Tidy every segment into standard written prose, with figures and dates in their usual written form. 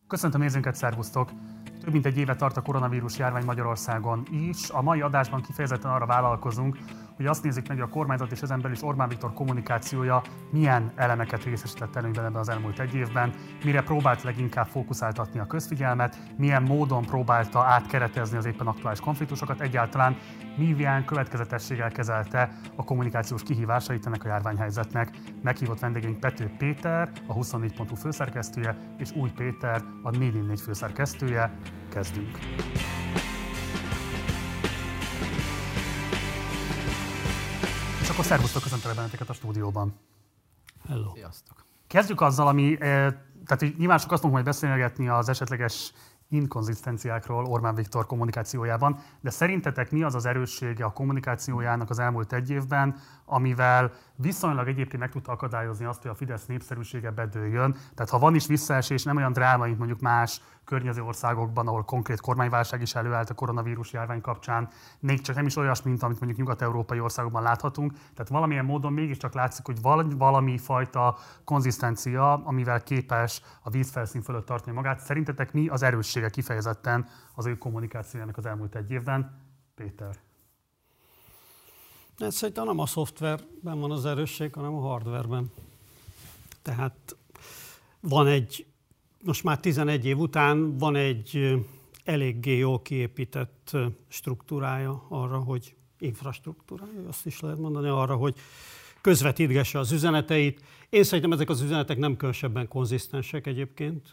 Köszöntöm nézőnket, szervusztok! Több mint egy éve tart a koronavírus járvány Magyarországon is. A mai adásban kifejezetten arra vállalkozunk, hogy azt nézzük meg, hogy a kormányzat és ezen belül is Orbán Viktor kommunikációja milyen elemeket részesített előnyben ebben az elmúlt egy évben, mire próbált leginkább fókuszáltatni a közfigyelmet, milyen módon próbálta átkeretezni az éppen aktuális konfliktusokat, egyáltalán milyen következetességgel kezelte a kommunikációs kihívásait ennek a járványhelyzetnek. Meghívott vendégeink Pető Péter, a 24.hu főszerkesztője, és Új Péter, a 444 főszerkesztője. Kezdünk! És akkor szervusztok, köszöntelek benneteket a stúdióban. Hello. Sziasztok. Kezdjük azzal, ami, tehát nyilván sok azt fogunk majd beszélgetni az esetleges inkonzisztenciákról Orbán Viktor kommunikációjában, de szerintetek mi az az erőssége a kommunikációjának az elmúlt egy évben, amivel viszonylag egyébként meg tudta akadályozni azt, hogy a Fidesz népszerűsége bedőljön? Tehát ha van is visszaesés, nem olyan dráma, mint mondjuk más környező országokban, ahol konkrét kormányválság is előállt a koronavírus járvány kapcsán, még csak nem is olyas, mint amit mondjuk nyugat-európai országokban láthatunk. Tehát valamilyen módon mégiscsak látszik, hogy valami fajta konzisztencia, amivel képes a vízfelszín fölött tartani magát. Szerintetek mi az erőssége kifejezetten az ő kommunikációjának az elmúlt egy évben? Péter. Szerintem nem a szoftverben van az erősség, hanem a hardverben. Tehát most már 11 év után van egy eléggé jól kiépített struktúrája arra, hogy infrastruktúrája, azt is lehet mondani, arra, hogy közvetítgesse az üzeneteit. Én szerintem ezek az üzenetek nem különösebben konzisztensek egyébként,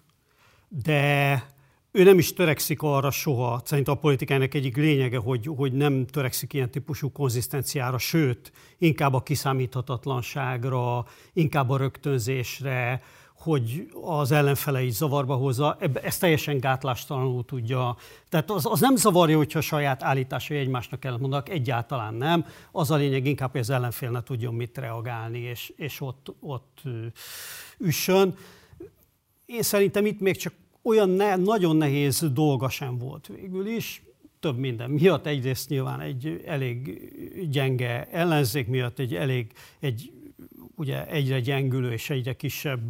de ő nem is törekszik arra soha. Szerintem a politikának egyik lényege, hogy nem törekszik ilyen típusú konzisztenciára, sőt, inkább a kiszámíthatatlanságra, inkább a rögtönzésre, hogy az ellenfeleit zavarba hozza, ezt teljesen gátlástalanul tudja. Tehát az nem zavarja, hogyha a saját állításai egymásnak ellentmondanak, egyáltalán nem. Az a lényeg inkább, hogy az ellenfél ne tudjon mit reagálni, és ott üssön. Én szerintem itt még csak olyan nagyon nehéz dolga sem volt végül is, több minden miatt. Egyrészt nyilván egy elég gyenge ellenzék miatt, egy ugye egyre gyengülő és egyre kisebb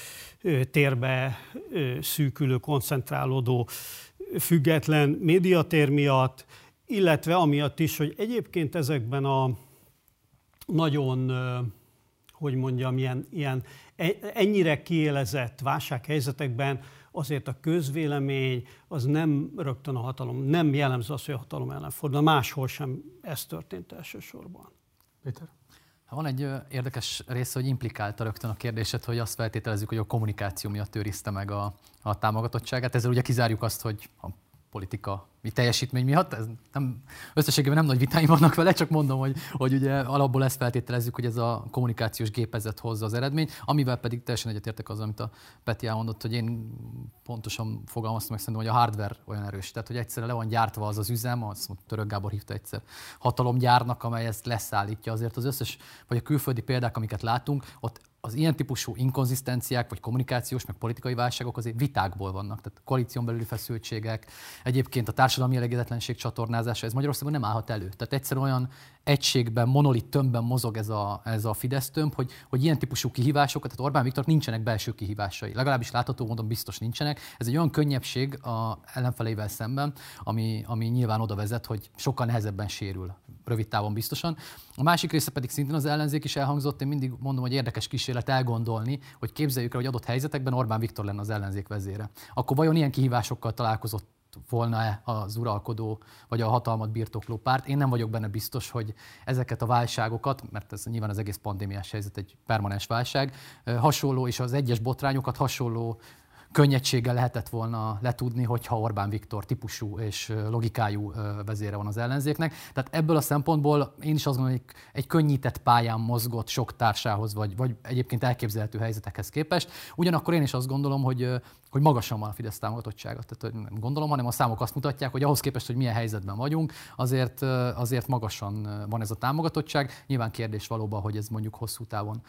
térbe szűkülő, koncentrálódó független médiatér miatt, illetve amiatt is, hogy egyébként ezekben a nagyon, hogy mondjam, ilyen ennyire kiélezett válsághelyzetekben azért a közvélemény az nem rögtön a hatalom, nem jellemző az, hogy a hatalom ellen fordul, máshol sem ez történt elsősorban. Péter? Van egy érdekes része, hogy implikálta rögtön a kérdéset, hogy azt feltételezzük, hogy a kommunikáció miatt őrizte meg a támogatottságát. Ezzel ugye kizárjuk azt, hogy a politika teljesítmény miatt, összességében nem nagy vitáim vannak vele, csak mondom, hogy ugye alapból ezt feltételezzük, hogy ez a kommunikációs gépezet hozza az eredményt, amivel pedig teljesen egyetértek azzal, amit a Peti elmondott, hogy én pontosan fogalmaztam meg szerintem, hogy a hardware olyan erős. Tehát, hogy egyszerre le van gyártva az üzem, azt mondta, Török Gábor hívta egyszer hatalomgyárnak, amely ezt leszállítja. Azért az összes, vagy a külföldi példák, amiket látunk, ott az ilyen típusú inkonzisztenciák, vagy kommunikációs, meg politikai válságok azért vitákból vannak. Tehát koalíción belüli feszültségek, egyébként a társadalmi elégedetlenség csatornázása, ez Magyarországon nem állhat elő. Tehát egyszerűen olyan egységben, monolit tömbben mozog ez a Fidesz tömb, hogy ilyen típusú kihívásokat, tehát Orbán Viktornak nincsenek belső kihívásai. Legalábbis látható módon biztos nincsenek. Ez egy olyan könnyebbség az ellenfeleivel szemben, ami nyilván oda vezet, hogy sokkal nehezebben sérül, rövid távon biztosan. A másik része pedig szintén az ellenzék is elhangzott, én mindig mondom, hogy érdekes kísérlet elgondolni, hogy képzeljük el, hogy adott helyzetekben Orbán Viktor lenne az ellenzék vezére. Akkor vajon ilyen kihívásokkal találkozott volna-e az uralkodó vagy a hatalmat birtokló párt? Én nem vagyok benne biztos, hogy ezeket a válságokat, mert ez nyilván az egész pandémiás helyzet egy permanens válság, hasonló és az egyes botrányokat hasonló könnyedséggel lehetett volna letudni, hogyha Orbán Viktor típusú és logikájú vezére van az ellenzéknek. Tehát ebből a szempontból én is azt gondolom, hogy egy könnyített pályán mozgott sok társához, vagy egyébként elképzelhető helyzetekhez képest. Ugyanakkor én is azt gondolom, hogy magasan van a Fidesz támogatottsága. Tehát nem gondolom, hanem a számok azt mutatják, hogy ahhoz képest, hogy milyen helyzetben vagyunk, azért magasan van ez a támogatottság. Nyilván kérdés valóban, hogy ez mondjuk hosszú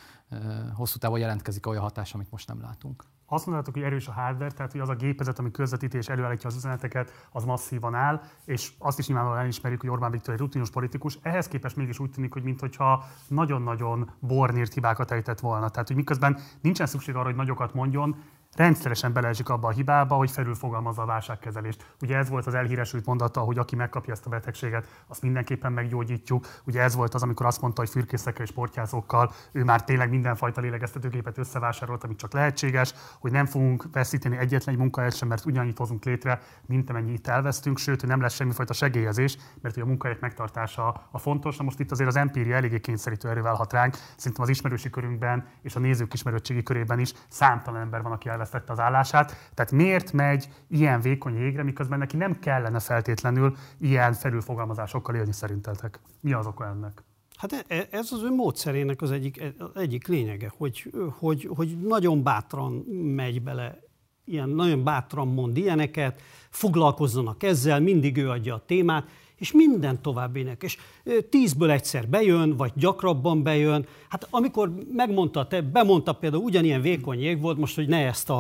távon jelentkezik olyan hatás, amit most nem látunk. Azt mondhatok, hogy erős a hardware, tehát hogy az a gépezet, ami közvetíti és előállítja az üzeneteket, az masszívan áll, és azt is nyilvánvalóan elismerjük, hogy Orbán Viktor egy rutinos politikus. Ehhez képest mégis úgy tűnik, hogy mintha nagyon-nagyon bornírt hibákat ejtett volna. Tehát, hogy miközben nincsen szükség arra, hogy nagyokat mondjon, rendszeresen beleesik abba a hibába, hogy felülfogalmazza a válságkezelést. Ugye ez volt az elhíresült mondata, hogy aki megkapja ezt a betegséget, azt mindenképpen meggyógyítjuk. Ugye ez volt az, amikor azt mondta, hogy fürkészekkel és portyázokkal ő már tényleg mindenfajta lélegeztetőgépet összevásárolt, amit csak lehetséges, hogy nem fogunk veszíteni egyetlen egy munkahelyet sem, mert ugyanannyit hozunk létre, mint amennyi itt elvesztünk, sőt, hogy nem lesz semmifajta segélyezés, mert hogy a munkahelyek megtartása a fontos. Na most itt azért az empíria eléggé kényszerítő erővel hat ránk. Szerintem az ismerősi körünkben és a nézők ismerősségi körében is számtalan ember van, aki elvesztette az állását. Tehát miért megy ilyen vékony jégre, miközben neki nem kellene feltétlenül ilyen felülfogalmazásokkal élni szerintetek? Mi az oka ennek? Hát ez az ő módszerének az egyik lényege, hogy nagyon bátran megy bele, ilyen, nagyon bátran mond ilyeneket, foglalkozzanak ezzel, mindig ő adja a témát, és minden továbbinek. És 10-ből egyszer bejön, vagy gyakrabban bejön. Hát amikor bemondta például ugyanilyen vékony jég volt, most, hogy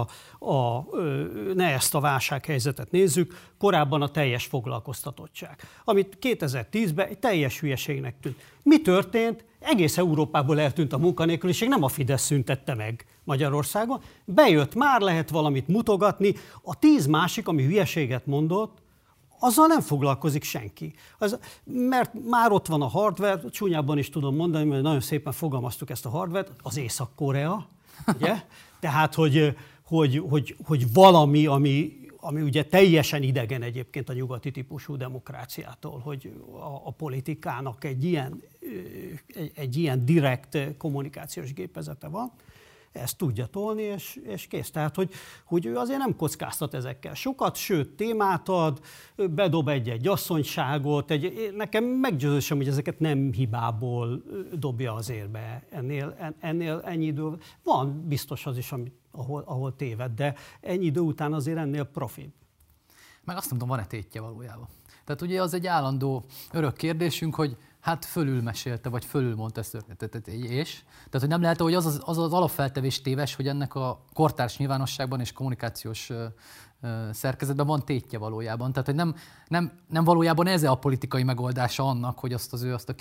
ne ezt a válsághelyzetet nézzük, korábban a teljes foglalkoztatottság, amit 2010-ben egy teljes hülyeségnek tűnt. Mi történt? Egész Európából eltűnt a munkanélküliség, nem a Fidesz szüntette meg Magyarországon. Bejött, már lehet valamit mutogatni. A 10 másik, ami hülyeséget mondott, azzal nem foglalkozik senki. Mert már ott van a hardware, csúnyában is tudom mondani, mert nagyon szépen fogalmaztuk ezt a hardware-t, az Észak-Korea, ugye? Tehát, hogy valami, ami ugye teljesen idegen egyébként a nyugati típusú demokráciától, hogy a politikának egy ilyen direkt kommunikációs gépezete van, ezt tudja tolni, és kész. Tehát, hogy ő azért nem kockáztat ezekkel sokat, sőt, témát ad, bedob egy asszonyságot, nekem meggyőződésem, hogy ezeket nem hibából dobja az érbe. Ennél ennyi idő, van biztos az is, ahol téved, de ennyi idő után azért ennél profibb. Meg azt nem tudom, van-e tétje valójában. Tehát ugye az egy állandó örök kérdésünk, hogy hát fölülmesélte, vagy fölülmondta ezt, és? Tehát, hogy nem lehet, hogy az alapfeltevés téves, hogy ennek a kortárs nyilvánosságban és kommunikációs szerkezetben van tétje valójában. Tehát, hogy nem valójában ez a politikai megoldása annak, hogy azt a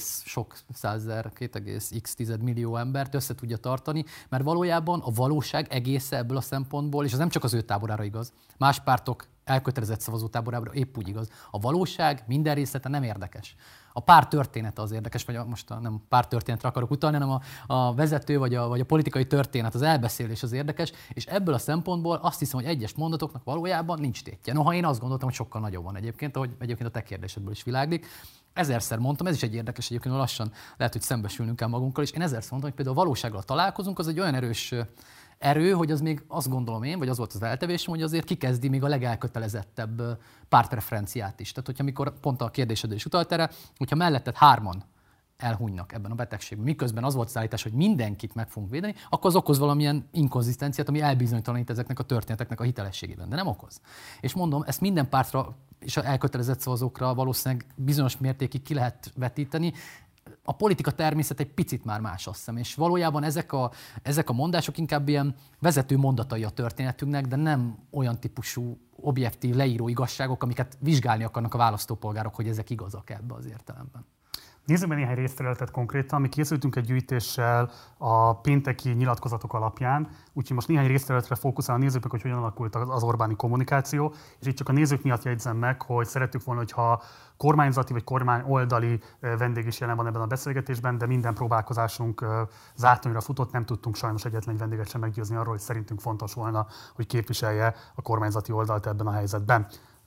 2,x millió embert össze tudja tartani, mert valójában a valóság egésze ebből a szempontból, és az nem csak az ő táborára igaz, más pártok elkötelezett szavazótáborára épp úgy igaz. A valóság minden részlete nem érdekes. A párt története az érdekes, vagy most nem párttörténetre akarok utalni, hanem a vezető vagy a politikai történet, az elbeszélés az érdekes, és ebből a szempontból azt hiszem, hogy egyes mondatoknak valójában nincs tétje. Noha én azt gondoltam, hogy sokkal nagyobb van egyébként, ahogy egyébként a te kérdésedből is világlik. Ezerszer mondtam, ez is egy érdekes egyébként, hogy lassan lehet, hogy szembesülnünk kell magunkkal, és én ezerszer mondtam, hogy például a valósággal találkozunk, az egy olyan erős erő, hogy az még azt gondolom én, vagy az volt az eltevésem, hogy azért kikezdi még a legelkötelezettebb pártpreferenciát is. Tehát, hogyha amikor pont a kérdésedről is utalt erre, hogyha melletted 3 elhunynak ebben a betegségben, miközben az volt az állítás, hogy mindenkit meg fogunk védeni, akkor az okoz valamilyen inkonzisztenciát, ami elbizonytalanít ezeknek a történeteknek a hitelességében, de nem okoz. És mondom, ezt minden pártra és az elkötelezett szavazókra valószínűleg bizonyos mértékig ki lehet vetíteni. A politika természet egy picit már más, azt hiszem, és valójában ezek a mondások inkább ilyen vezető mondatai a történetünknek, de nem olyan típusú objektív leíró igazságok, amiket vizsgálni akarnak a választópolgárok, hogy ezek igazak ebbe az értelemben. Nézzük meg néhány részterületet konkrétan. Mi készültünk egy gyűjtéssel a pénteki nyilatkozatok alapján, úgyhogy most néhány részterületre fókuszál a nézők, hogy hogyan alakult az Orbáni kommunikáció, és itt csak a nézők miatt jegyzem meg, hogy szerettük volna, hogyha kormányzati vagy kormányoldali vendég is jelen van ebben a beszélgetésben, de minden próbálkozásunk zátonyra futott, nem tudtunk sajnos egyetlen vendéget sem meggyőzni arról, hogy szerintünk fontos volna, hogy képviselje a kormányzati oldalt ebben a helyzetben.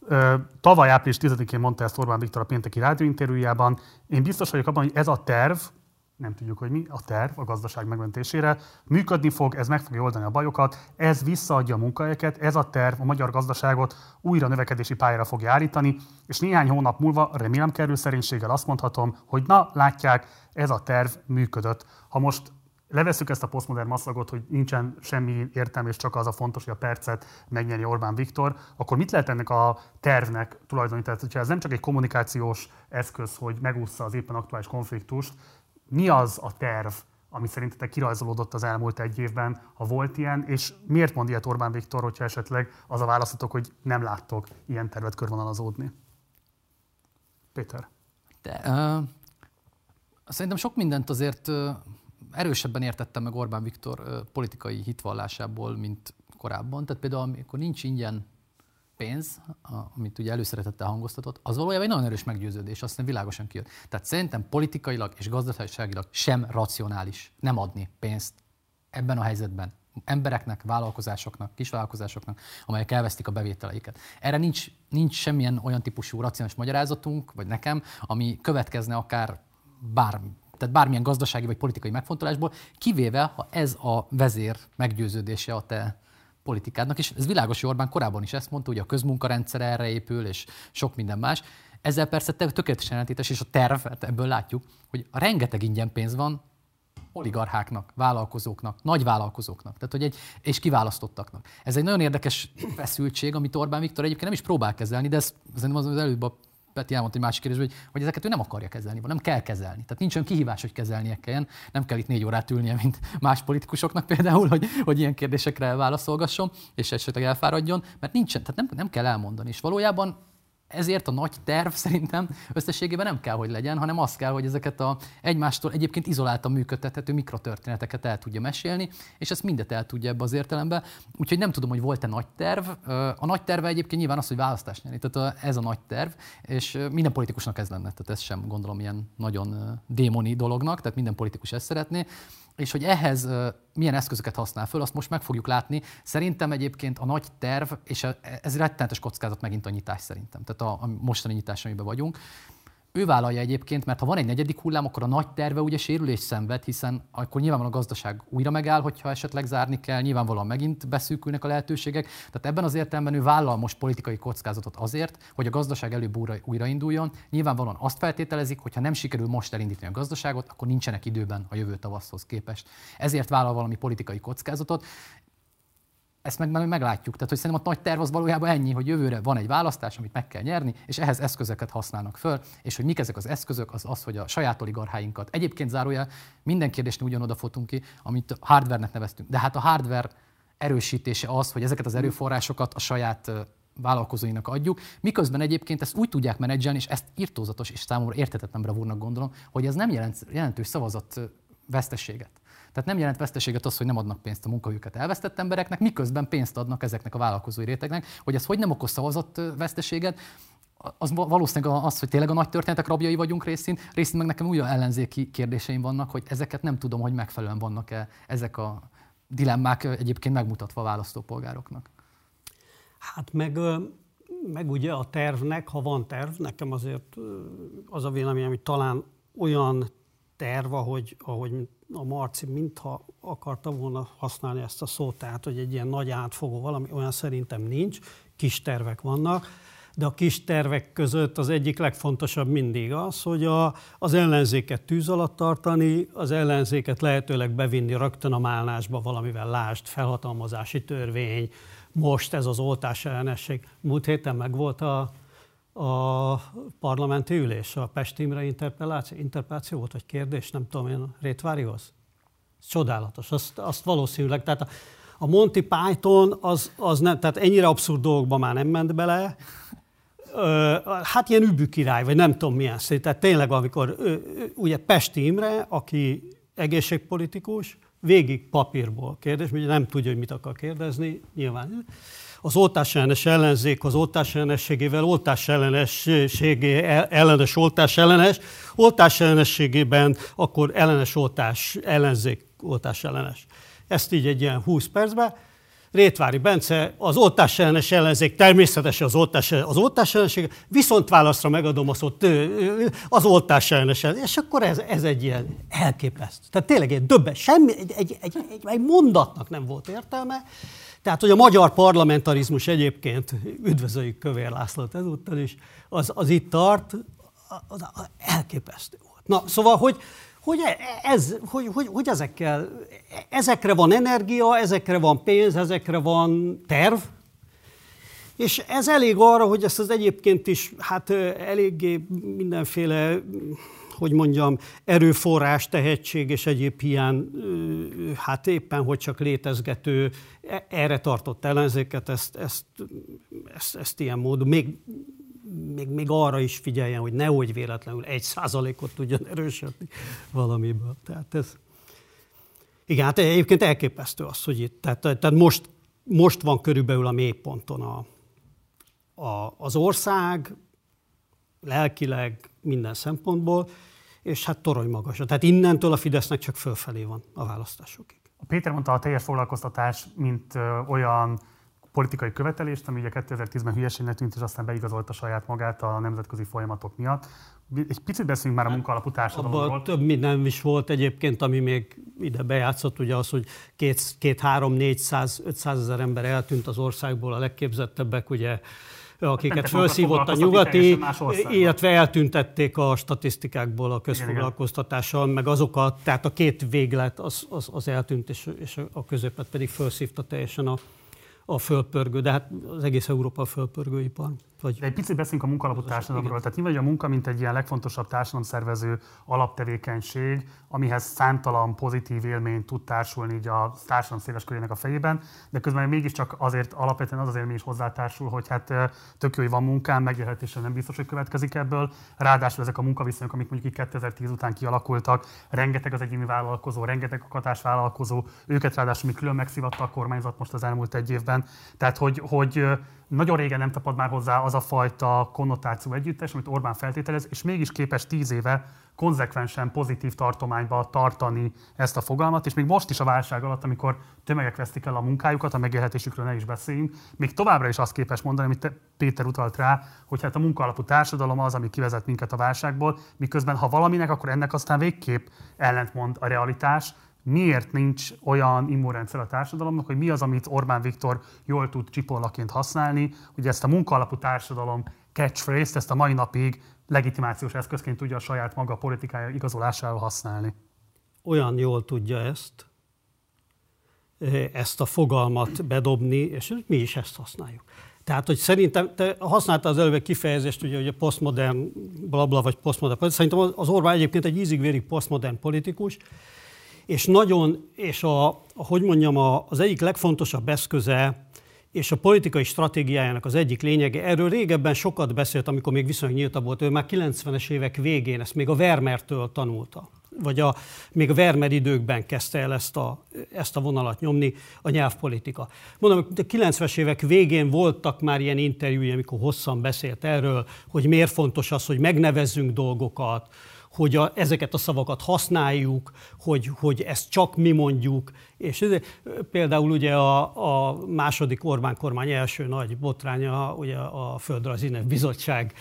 Tavaly április 10-én mondta ezt Orbán Viktor a pénteki rádióinterjújában. Én biztos vagyok abban, hogy ez a terv, nem tudjuk, hogy mi, a terv a gazdaság megmentésére működni fog, ez meg fogja oldani a bajokat, ez visszaadja a munkahelyeket, ez a terv a magyar gazdaságot újra növekedési pályára fogja állítani, és néhány hónap múlva, remélem kerül szerénységgel azt mondhatom, hogy na, látják, ez a terv működött. Ha most levesszük ezt a posztmodern masszagot, hogy nincsen semmi értelme, és csak az a fontos, hogy a percet megnyeri Orbán Viktor, akkor mit lehet ennek a tervnek tulajdonítani? Tehát, hogyha ez nem csak egy kommunikációs eszköz, hogy megúszza az éppen aktuális konfliktust, mi az a terv, ami szerintetek kirajzolódott az elmúlt egy évben, ha volt ilyen, és miért mond ilyet Orbán Viktor, hogyha esetleg az a válaszatok, hogy nem láttok ilyen tervet körvonalazódni? Péter. Szerintem sok mindent azért erősebben értettem meg Orbán Viktor politikai hitvallásából, mint korábban. Tehát például amikor nincs ingyen pénz, amit ugye előszeretettel hangoztatott, az valójában egy nagyon erős meggyőződés, aztán világosan kijött. Tehát szerintem politikailag és gazdaságilag sem racionális nem adni pénzt ebben a helyzetben embereknek, vállalkozásoknak, kisvállalkozásoknak, amelyek elvesztik a bevételeiket. Erre nincs semmilyen olyan típusú racionális magyarázatunk, vagy nekem, ami következne akár tehát bármilyen gazdasági vagy politikai megfontolásból, kivéve, ha ez a vezér meggyőződése a te politikádnak, és ez világos, hogy Orbán korábban is ezt mondta, hogy a közmunkarendszer erre épül, és sok minden más. Ezzel persze tökéletesen ellentétes, és a terv, ebből látjuk, hogy rengeteg ingyen pénz van oligarcháknak, vállalkozóknak, nagyvállalkozóknak, tehát hogy és kiválasztottaknak. Ez egy nagyon érdekes feszültség, amit Orbán Viktor egyébként nem is próbál kezelni, de ez az előbb a Peti elmondta egy másik kérdés, hogy ezeket ő nem akarja kezelni, vagy nem kell kezelni. Tehát nincs olyan kihívás, hogy kezelnie kelljen. Nem kell itt 4 órát ülnie, mint más politikusoknak például, hogy ilyen kérdésekre válaszolgasson, és esetleg elfáradjon, mert nincsen, tehát nem kell elmondani. És valójában ezért a nagy terv szerintem összességében nem kell, hogy legyen, hanem az kell, hogy ezeket a egymástól egyébként izoláltan működtethető mikrotörténeteket el tudja mesélni, és ezt mindet el tudja ebbe az értelemben. Úgyhogy nem tudom, hogy volt-e nagy terv. A nagy terve egyébként nyilván az, hogy választást nyerni. Tehát ez a nagy terv, és minden politikusnak ez lenne. Tehát ez sem gondolom ilyen nagyon démoni dolognak, tehát minden politikus ezt szeretné. És hogy ehhez milyen eszközöket használ föl, azt most meg fogjuk látni. Szerintem egyébként a nagy terv, és ez rettenetes kockázat megint a nyitás szerintem, tehát a mostani nyitás, amiben vagyunk. Ő vállalja egyébként, mert ha van egy 4. hullám, akkor a nagy terve ugye sérülés szenved, hiszen akkor nyilvánvalóan a gazdaság újra megáll, hogyha esetleg zárni kell, nyilvánvalóan megint beszűkülnek a lehetőségek. Tehát ebben az értelemben ő vállal most politikai kockázatot azért, hogy a gazdaság előbb újrainduljon. Nyilvánvalóan azt feltételezik, hogy ha nem sikerül most elindítani a gazdaságot, akkor nincsenek időben a jövő tavaszhoz képest. Ezért vállal valami politikai kockázatot. Ezt meglátjuk. Tehát, hogy szerintem a nagy terv az valójában ennyi, hogy jövőre van egy választás, amit meg kell nyerni, és ehhez eszközöket használnak föl, és hogy mik ezek az eszközök, az, hogy a saját oligarcháinkat. Egyébként zárójel minden kérdésnél ugyanoda fotunk ki, amit hardware-nek neveztünk. De hát a hardware erősítése az, hogy ezeket az erőforrásokat a saját vállalkozóinak adjuk, miközben egyébként ezt úgy tudják menedzselni, és ezt irtózatos és számomra érthetetlen bravúrnak gondolom, hogy ez nem jelentős szavazatveszteséget. Tehát nem jelent veszteséget az, hogy nem adnak pénzt a munkahelyüket elvesztett embereknek, miközben pénzt adnak ezeknek a vállalkozói rétegnek, hogy ez hogy nem okoz szavazatveszteséget, az valószínűleg az, hogy tényleg a nagy történetek rabjai vagyunk részint meg nekem újra ellenzéki kérdéseim vannak, hogy ezeket nem tudom, hogy megfelelően vannak-e ezek a dilemmák egyébként megmutatva a választópolgároknak. Hát meg ugye a tervnek, ha van terv, nekem azért az a véleményem, hogy talán olyan terv, ahogy a Marci mintha akarta volna használni ezt a szót, tehát hogy egy ilyen nagy átfogó valami, olyan szerintem nincs, kis tervek vannak, de a kis tervek között az egyik legfontosabb mindig az, hogy az ellenzéket tűz alatt tartani, az ellenzéket lehetőleg bevinni rögtön a málnásba valamivel, lásd, felhatalmazási törvény, most ez az oltás ellenesség. Múlt héten megvolt a parlamenti ülés, a Pest Imre interpelláció volt, vagy kérdés, nem tudom én, Rétvárihoz. Ez csodálatos, azt valószínűleg, tehát a Monty Python az nem, tehát ennyire abszurd dolgokba már nem ment bele, hát ilyen übű király, vagy nem tudom milyen szét, tehát tényleg amikor ugye Pesti Imre, aki egészségpolitikus, végig papírból kérdés, ugye nem tudja, hogy mit akar kérdezni, nyilván. Az oltásellenes ellenzék az oltásellenességével, ellenes oltásellenességében akkor ellenes oltás, ellenzék oltásellenes. Ezt így egy ilyen 20 percben. Rétvári Bence, az oltásellenes ellenzék természetesen az oltásellenesség, viszont válaszra megadom a szót, az oltásellenes ellenzék, és akkor ez egy ilyen elképesztő. Tehát tényleg egy döbben, semmi, egy mondatnak nem volt értelme. Tehát, hogy a magyar parlamentarizmus egyébként, üdvözöljük Kövér Lászlót ezúttal is, az itt tart, az elképesztő volt. Na, szóval, hogy ezekre van energia, ezekre van pénz, ezekre van terv, és ez elég arra, hogy ezt az egyébként is, hát eléggé mindenféle, hogy mondjam, erőforrás, tehetség és egyéb hiány, hát éppen, hogy csak létezgető, erre tartott ellenzéket, ezt ilyen módon, még arra is figyeljen, hogy nehogy véletlenül 1%-ot tudjon erősödni valamiből. Tehát ez... Igen, hát egyébként elképesztő az, hogy itt, tehát most most van körülbelül a mélyponton az ország, lelkileg, minden szempontból, és hát torony magasra. Tehát innentől a Fidesznek csak fölfelé van a választásokig. Péter mondta a teljes foglalkoztatás, mint olyan politikai követelést, ami ugye 2010-ben hülyeségnek tűnt, és aztán beigazolta saját magát a nemzetközi folyamatok miatt. Egy picit beszélünk már a munkaalapú társadalomról. Abban több minden is volt egyébként, ami még ide bejátszott, ugye az, hogy 200-300-400-500 ezer ember eltűnt az országból, a legképzettebbek, ugye, akiket felszívott a nyugati, illetve eltüntették a statisztikákból a közfoglalkoztatással, meg azokat, tehát a két véglet az eltűnt, és a középet pedig felszívta teljesen a fölpörgő, de hát az egész Európa a fölpörgőipar. De egy picit beszélünk a munkaalapú társadalomról. Tehát nyilván a munka, mint egy ilyen legfontosabb társadalomszervező alaptevékenység, amihez számtalan pozitív élmény tud társulni így a társadalom széles körének a fejében, de közben mégiscsak azért alapvetően az élmény is hozzátársul, hogy hát tök jó, hogy van munkám, megélhetésre nem biztos, hogy következik ebből. Ráadásul ezek a munkaviszonyok, amik mondjuk 2010 után kialakultak, rengeteg az egyéni vállalkozó, rengeteg a katásvállalkozó, őket ráadásul még külön megszivatta a kormányzat most az elmúlt egy évben. Tehát, hogy nagyon régen nem tapad már hozzá az a fajta konnotáció együttes, amit Orbán feltételez, és mégis képes 10 éve konzekvensen pozitív tartományba tartani ezt a fogalmat, és még most is a válság alatt, amikor tömegek vesztik el a munkájukat, a megélhetésükről ne is beszéljünk, még továbbra is azt képes mondani, amit Péter utalt rá, hogy hát a munkaalapú társadalom az, ami kivezet minket a válságból, miközben ha valaminek, akkor ennek aztán végképp ellentmond a realitás. Miért nincs olyan immunrendszer a társadalomnak, hogy mi az, amit Orbán Viktor jól tud csipollaként használni, hogy ezt a munkaalapú társadalom catchphrase-t, ezt a mai napig legitimációs eszközként tudja a saját maga politikája igazolására használni? Olyan jól tudja ezt a fogalmat bedobni, és mi is ezt használjuk. Tehát, hogy szerintem, te használtál az előbb kifejezést, ugye, hogy a posztmodern blabla, vagy posztmodern politikus. Szerintem az Orbán egyébként egy ízig-vérig posztmodern politikus, és az egyik legfontosabb eszköze, és a politikai stratégiájának az egyik lényege, erről régebben sokat beszélt, amikor még viszonylag nyíltabb volt, ő már 90-es évek végén, ezt még a Vermeertől tanulta, vagy még a Vermeer időkben kezdte el ezt a vonalat nyomni, a nyelvpolitika. Mondom, a 90-es évek végén voltak már ilyen interjúi, amikor hosszan beszélt erről, hogy miért fontos az, hogy megnevezzünk dolgokat, hogy ezeket a szavakat használjuk, hogy ezt csak mi mondjuk. És például ugye a második Orbán kormány első nagy botránya ugye a Földrajzi Bizottság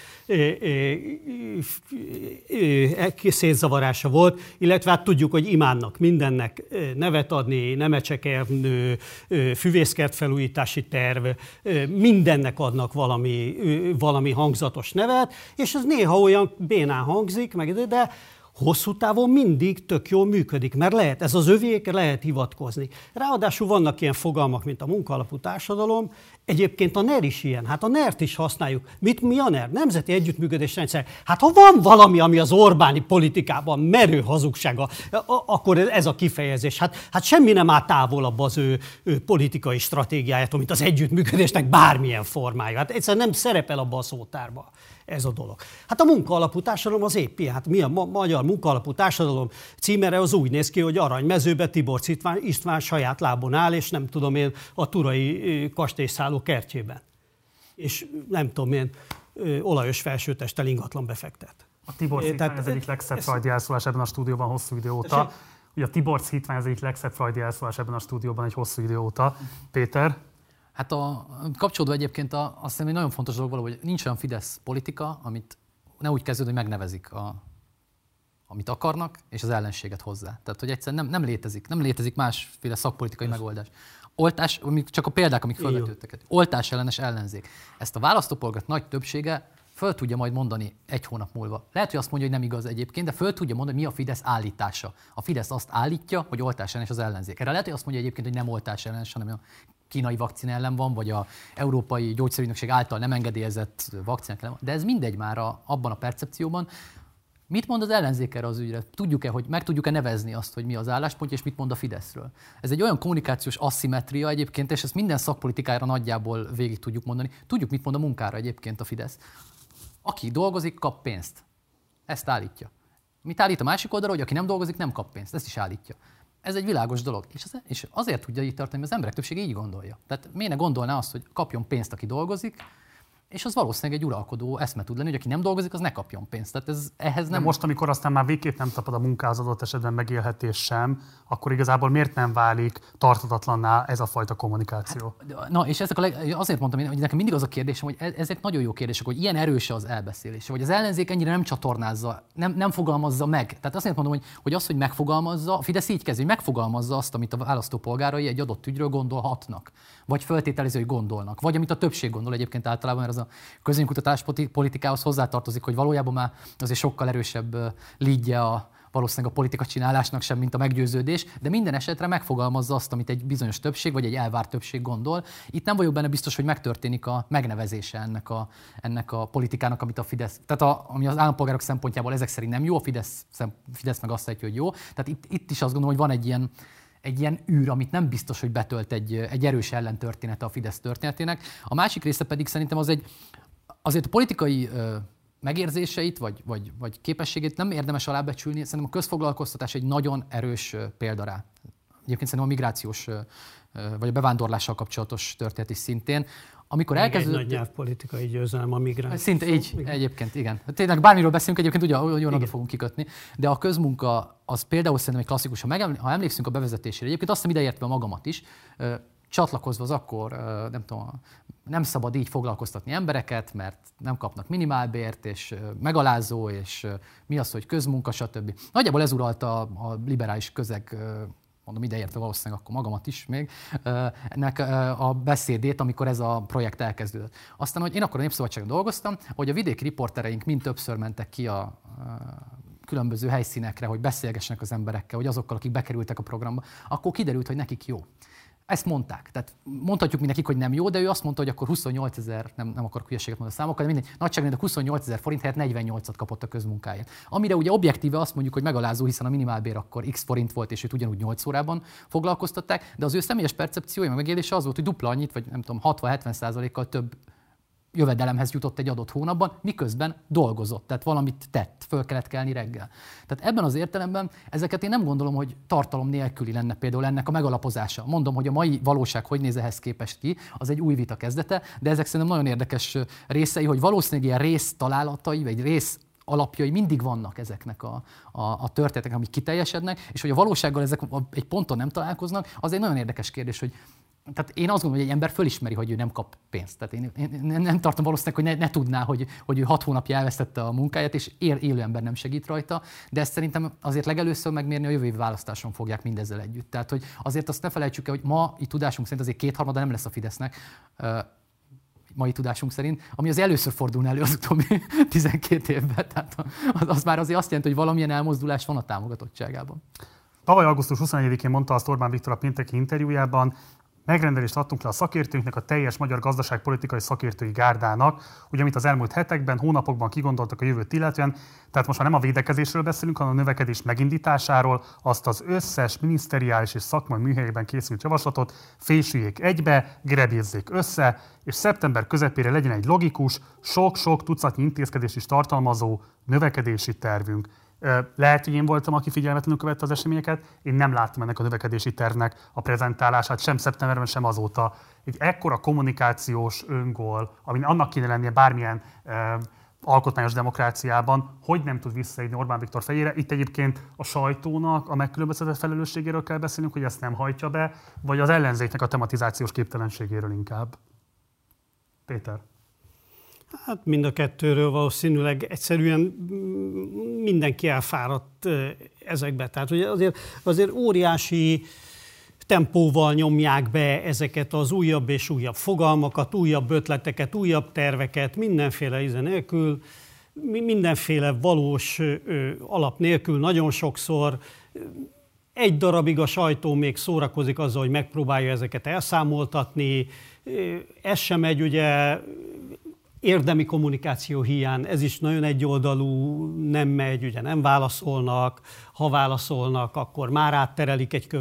szétzavarása volt, illetve hát tudjuk, hogy imádnak mindennek nevet adni, Nemecsekernő, füvészkertfelújítási terv, mindennek adnak valami hangzatos nevet, és ez néha olyan bénán hangzik, de hosszú távon mindig tök jól működik, mert ez az övék, lehet hivatkozni. Ráadásul vannak ilyen fogalmak, mint a munkaalapú társadalom, egyébként a NER is ilyen, hát a NER-t is használjuk. Mi a NER? Nemzeti Együttműködés Rendszer. Hát ha van valami, ami az Orbáni politikában merő hazugsága, akkor ez a kifejezés. Hát semmi nem áll távolabb az ő politikai stratégiájától, mint az együttműködésnek bármilyen formája. Hát egyszerűen nem szerepel abba a szótárba ez a dolog. Hát a munkaalapú társadalom az épp ilyen. Hát mi a magyar munkaalapú társadalom címere az úgy néz ki, hogy Aranymezőbe Tiborcs István saját lábon áll, és nem tudom én, a turai kastélyszálló kertjében. És nem tudom én, olajos felsőtesttel ingatlan befektet. A Tiborcs István ez egyik legszebb frajdi elszólás ebben a stúdióban hosszú idő óta. Ugye a Tiborcs István ez egyik legszebb frajdi elszólás ebben a stúdióban egy hosszú idő óta. Péter? Hát kapcsolódva egyébként azt hiszem, hogy nagyon fontos dolog való, hogy nincs olyan Fidesz politika, amit ne úgy kezdőd, hogy megnevezik, amit akarnak, és az ellenséget hozzá. Tehát, hogy egyszerűen nem létezik másféle szakpolitikai megoldás. Oltás, csak a példák, amik felvetődtek. Oltás ellenes ellenzék. Ezt a választópolgár nagy többsége föl tudja majd mondani egy hónap múlva. Lehet, hogy azt mondja, hogy nem igaz egyébként, de föl tudja mondani, mi a Fidesz állítása. A Fidesz azt állítja, hogy oltás ellenes az ellenzék. Erre lehet, hogy azt mondja egyébként, hogy nem oltás ellenes, hanem a kínai vakcina ellen van, vagy a Európai Gyógyszerügynökség által nem engedélyezett vakcinák ellen van. De ez mindegy már abban a percepcióban. Mit mond az ellenzék erre az ügyre? Tudjuk-e, hogy meg tudjuk-e nevezni azt, hogy mi az álláspontja, és mit mond a Fideszről? Ez egy olyan kommunikációs asszimetria egyébként, és ezt minden szakpolitikára nagyjából végig tudjuk mondani. Tudjuk, mit mond a munkára egyébként a Fidesz. Aki dolgozik, kap pénzt. Ezt állítja. Mit állít a másik oldalra, hogy aki nem dolgozik, nem kap pénzt. Ezt is állítja. Ez egy világos dolog. És azért tudja így tartani, mert az emberek többsége így gondolja. Tehát miért ne gondolná azt, hogy kapjon pénzt, aki dolgozik, és az valószínűleg egy uralkodó eszme tud lenni, hogy aki nem dolgozik, az ne kapjon pénzt. Tehát ehhez nem... De most, amikor aztán már végképp nem tapad a munkázadott esetben megélhetés sem, akkor igazából miért nem válik tarthatatlanná ez a fajta kommunikáció? Hát, na, és azért mondtam, hogy nekem mindig az a kérdésem, hogy ezek nagyon jó kérdések, hogy ilyen erős az elbeszélés, vagy az ellenzék ennyire nem csatornázza, nem fogalmazza meg. Tehát azért mondom, hogy az, hogy megfogalmazza, a Fidesz így kezd, hogy megfogalmazza azt, amit a választópolgárai egy adott ügyről gondolhatnak, vagy feltételező, hogy gondolnak, vagy amit a többség gondol egyébként általában, mert az a közönkutatás politikához hozzátartozik, hogy valójában már azért sokkal erősebb leadje valószínűleg a politika csinálásnak sem, mint a meggyőződés, de minden esetre megfogalmazza azt, amit egy bizonyos többség, vagy egy elvárt többség gondol. Itt nem vagyok benne biztos, hogy megtörténik a megnevezése ennek a politikának, amit a Fidesz, tehát ami az állampolgárok szempontjából ezek szerint nem jó, a Fidesz meg azt mondja, hogy jó. Tehát itt is azt gondolom, hogy van egy ilyen űr, amit nem biztos, hogy betölt egy erős ellentörténete a Fidesz történetének. A másik része pedig szerintem azért a politikai megérzéseit vagy képességét nem érdemes alábecsülni. Szerintem a közfoglalkoztatás egy nagyon erős példa rá. Egyébként szerintem a migrációs vagy a bevándorlással kapcsolatos történet is szintén. Amikor elkezdődött... Egy nagy nyelvpolitikai győzelem a migráció. Szinte így, egyébként, igen. Tényleg bármiről beszélünk, egyébként ugye oda fogunk kikötni, de a közmunka az például szerintem egy klasszikus. Ha emlékszünk a bevezetésére, egyébként azt hiszem ideértve magamat is, csatlakozva az akkor, nem szabad így foglalkoztatni embereket, mert nem kapnak minimálbért, és megalázó, és mi az, hogy közmunka, stb. Nagyjából ez uralta a liberális közeg, mondom ideértve valószínűleg akkor magamat is még, ennek a beszédét, amikor ez a projekt elkezdődött. Aztán, hogy én akkor a Népszabadságon dolgoztam, hogy a vidéki riportereink mind többször mentek ki a különböző helyszínekre, hogy beszélgessenek az emberekkel, hogy azokkal, akik bekerültek a programba, akkor kiderült, hogy nekik jó. Ezt mondták. Tehát mondhatjuk mi nekik, hogy nem jó, de ő azt mondta, hogy akkor 28 000, nem akarok hülyeséget mondani a számokkal, de mindegy, nagyságrendileg 28 000 forint helyett 48-at kapott a közmunkáért. Amire ugye objektíve azt mondjuk, hogy megalázó, hiszen a minimálbér akkor x forint volt, és őt ugyanúgy 8 órában foglalkoztatták, de az ő személyes percepciója, meg megélése az volt, hogy dupla annyit, vagy nem tudom, 60-70%-kal több jövedelemhez jutott egy adott hónapban, miközben dolgozott, tehát valamit tett, föl kellett kelni reggel. Tehát ebben az értelemben ezeket én nem gondolom, hogy tartalom nélküli lenne például ennek a megalapozása. Mondom, hogy a mai valóság hogy néz ehhez képest ki, az egy új vita kezdete, de ezek szerintem nagyon érdekes részei, hogy valószínűleg ilyen rész találatai, vagy rész alapjai mindig vannak ezeknek a történetek, amik kiteljesednek, és hogy a valósággal ezek egy ponton nem találkoznak, az egy nagyon érdekes kérdés, hogy tehát én azt gondolom, hogy egy ember fölismeri, hogy ő nem kap pénzt. Tehát én nem tartom valószínűleg, hogy ne tudná, hogy ő 6 hónapja elvesztette a munkáját, és élő ember nem segít rajta, de ezt szerintem azért legelőször megmérni a jövő évi választáson fogják mindezzel együtt. Tehát, hogy azért azt ne felejtsük el, hogy ma itt tudásunk szerint azért 2/3 nem lesz a Fidesznek, mai tudásunk szerint, ami az először fordulna elő az utóbbi 12 évben. Tehát az már azért azt jelenti, hogy valamilyen elmozdulás van a támogatottságában. Tavaly augusztus 21-én mondta azt Orbán Viktor a pénteki interjújában, megrendelést adtunk le a szakértőnknek, a teljes magyar gazdaságpolitikai szakértői gárdának, ugye amit az elmúlt hetekben, hónapokban kigondoltak a jövőt illetően, tehát most már nem a védekezésről beszélünk, hanem a növekedés megindításáról, azt az összes miniszteriális és szakmai műhelyekben készült javaslatot fésüljék egybe, grebézzék össze, és szeptember közepére legyen egy logikus, sok-sok tucatnyi intézkedést is tartalmazó növekedési tervünk. Lehet, hogy én voltam, aki figyelmetlenül követte az eseményeket, én nem láttam ennek a növekedési tervnek a prezentálását, sem szeptemberben, sem azóta. Egy ekkora kommunikációs öngól, amin annak kéne lennie bármilyen alkotmányos demokráciában, hogy nem tud visszaidni Orbán Viktor fejére. Itt egyébként a sajtónak a megkülönböztetett felelősségéről kell beszélnünk, hogy ezt nem hajtja be, vagy az ellenzéknek a tematizációs képtelenségéről inkább. Péter. Hát mind a kettőről valószínűleg egyszerűen mindenki elfáradt ezekbe. Tehát hogy azért óriási tempóval nyomják be ezeket az újabb és újabb fogalmakat, újabb ötleteket, újabb terveket, mindenféle íze nélkül, mindenféle valós alap nélkül, nagyon sokszor. Egy darabig a sajtó még szórakozik azzal, hogy megpróbálja ezeket elszámoltatni. Ez sem megy, ugye, érdemi kommunikáció hiány, ez is nagyon egyoldalú, nem megy, ugye nem válaszolnak, ha válaszolnak, akkor már átterelik egy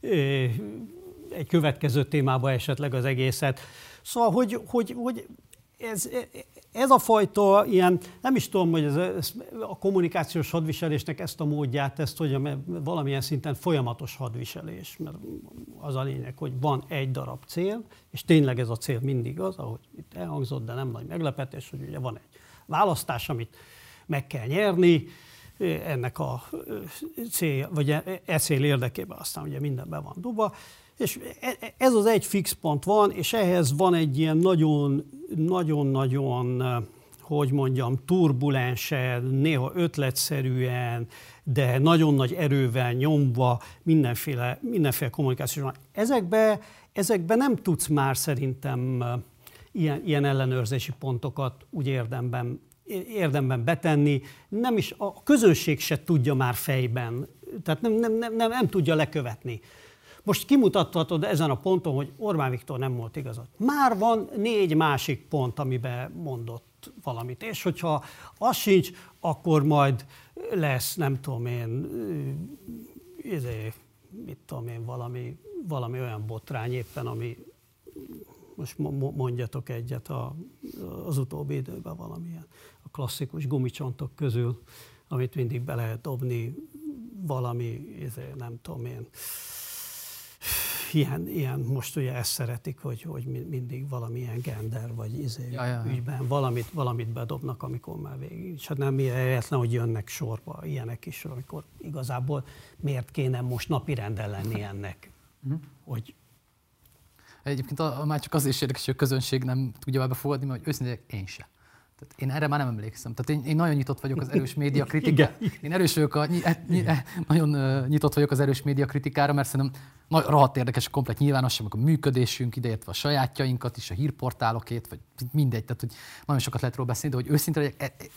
következő témába esetleg az egészet. Szóval, hogy ez a fajta ilyen, nem is tudom, hogy ez a kommunikációs hadviselésnek ezt a módját, ezt, hogy valamilyen szinten folyamatos hadviselés, mert az a lényeg, hogy van egy darab cél, és tényleg ez a cél mindig az, ahogy itt elhangzott, de nem nagy meglepetés, hogy ugye van egy választás, amit meg kell nyerni, ennek a cél, vagy cél érdekében aztán ugye minden be van dugva, és ez az egy fix pont van, és ehhez van egy ilyen nagyon-nagyon, hogy mondjam, turbulensen, néha ötletszerűen, de nagyon nagy erővel nyomva mindenféle kommunikáció van. Ezekbe nem tudsz már szerintem ilyen ellenőrzési pontokat úgy érdemben betenni, nem is a közönség se tudja már fejben, tehát nem tudja lekövetni. Most kimutathatod ezen a ponton, hogy Orbán Viktor nem volt igazad. Már van 4 másik pont, amiben mondott valamit, és hogyha az sincs, akkor majd lesz, nem tudom én, valami olyan botrány éppen, ami most mondjatok egyet az utóbbi időben valamilyen a klasszikus gumicsontok közül, amit mindig be lehet dobni, valami, nem tudom én, ilyen most ugye ezt szeretik, hogy mindig valamilyen gender vagy ügyben valamit bedobnak, amikor már végig. És hát nem véletlen, hogy jönnek sorba ilyenek is, amikor igazából miért kéne most napirenden lenni ennek, hogy egyébként már csak azért is érdekes, hogy a közönség nem tudja befogadni, mert hogy őszintén én sem. Tehát én erre már nem emlékszem. Tehát én nagyon nyitott vagyok az erős média kritikára. Nagyon nyitott vagyok az erős média kritikára, mert szerintem rohadt érdekes a komplet nyilvánosság, a működésünk, ideértve a sajátjainkat is, a hírportálokét, vagy mindegy. Tehát hogy nagyon sokat lehet róla beszélni, de hogy őszintén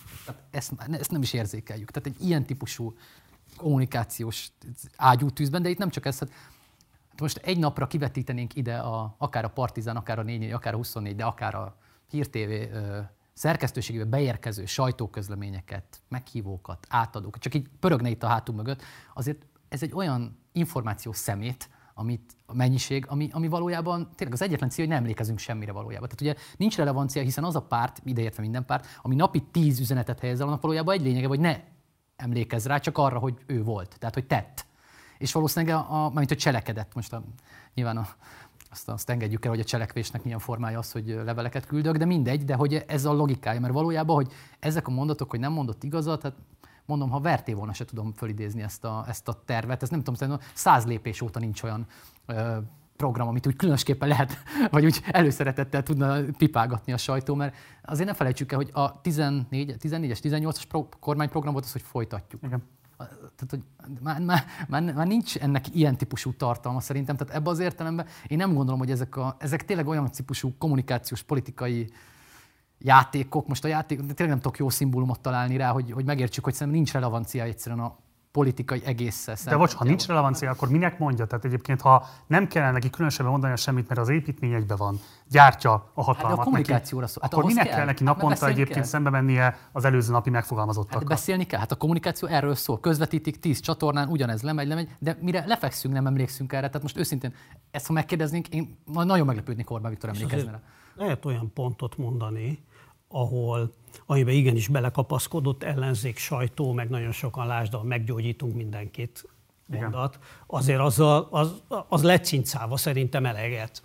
ezt nem is érzékeljük. Tehát egy ilyen típusú kommunikációs ágyútűzben, de itt nem csak ez. Most egy napra kivetítenénk ide akár a Partizán, akár a 4, akár a 24, de akár a Hír TV szerkesztőségébe beérkező sajtóközleményeket, meghívókat, átadókat, csak így pörögne itt a hátunk mögött, azért ez egy olyan információ szemét, a mennyiség, ami valójában tényleg az egyetlen cél, hogy nem emlékezünk semmire valójában. Tehát ugye nincs relevancia, hiszen az a párt, ideértve minden párt, ami napi 10 üzenetet helyez el, annak valójában egy lényege, hogy ne emlékezz rá, csak arra, hogy ő volt, tehát hogy tett. És valószínűleg, mármint hogy cselekedett, most nyilván azt engedjük el, hogy a cselekvésnek milyen formája az, hogy leveleket küldök, de mindegy, de hogy ez a logikája, mert valójában, hogy ezek a mondatok, hogy nem mondott igazat, hát mondom, ha verté volna, se tudom fölidézni ezt a tervet, ez nem tudom, szerintem 100 lépés óta nincs olyan program, amit úgy különösképpen lehet, vagy úgy előszeretettel tudna pipálgatni a sajtó, mert azért ne felejtsük el, hogy a 14-es, 18-as kormányprogram volt az, hogy folytatjuk. Igen. Tehát, hogy már nincs ennek ilyen típusú tartalma szerintem, tehát ebben az értelemben én nem gondolom, hogy ezek tényleg olyan típusú kommunikációs, politikai játékok, most a játék, tényleg nem tudok jó szimbólumot találni rá, hogy megértsük, hogy szerintem nincs relevancia egyszerűen a politikai egésszel. De vagy, ha nincs relevancia, akkor minek mondja? Tehát egyébként, ha nem kellene neki különösebben mondani semmit, mert az építmény egyben van, gyártja a hatalmat. Hát a kommunikációra szól. Akkor minek kell neki naponta egyébként szembe mennie az előző napi megfogalmazottakkal? Hát beszélni kell. Hát a kommunikáció erről szól. Közvetítik 10 csatornán, ugyanez lemegy, de mire lefekszünk, nem emlékszünk erre. Tehát most őszintén ezt, ha megkérdeznénk, én nagyon meglepődnék, Orbán Viktor emlékezni rá. Lehet olyan pontot mondani, amiben igenis belekapaszkodott ellenzék, sajtó, meg nagyon sokan lásd, meggyógyítunk mindenkit mondat. Azért az lecincálva szerintem eleget.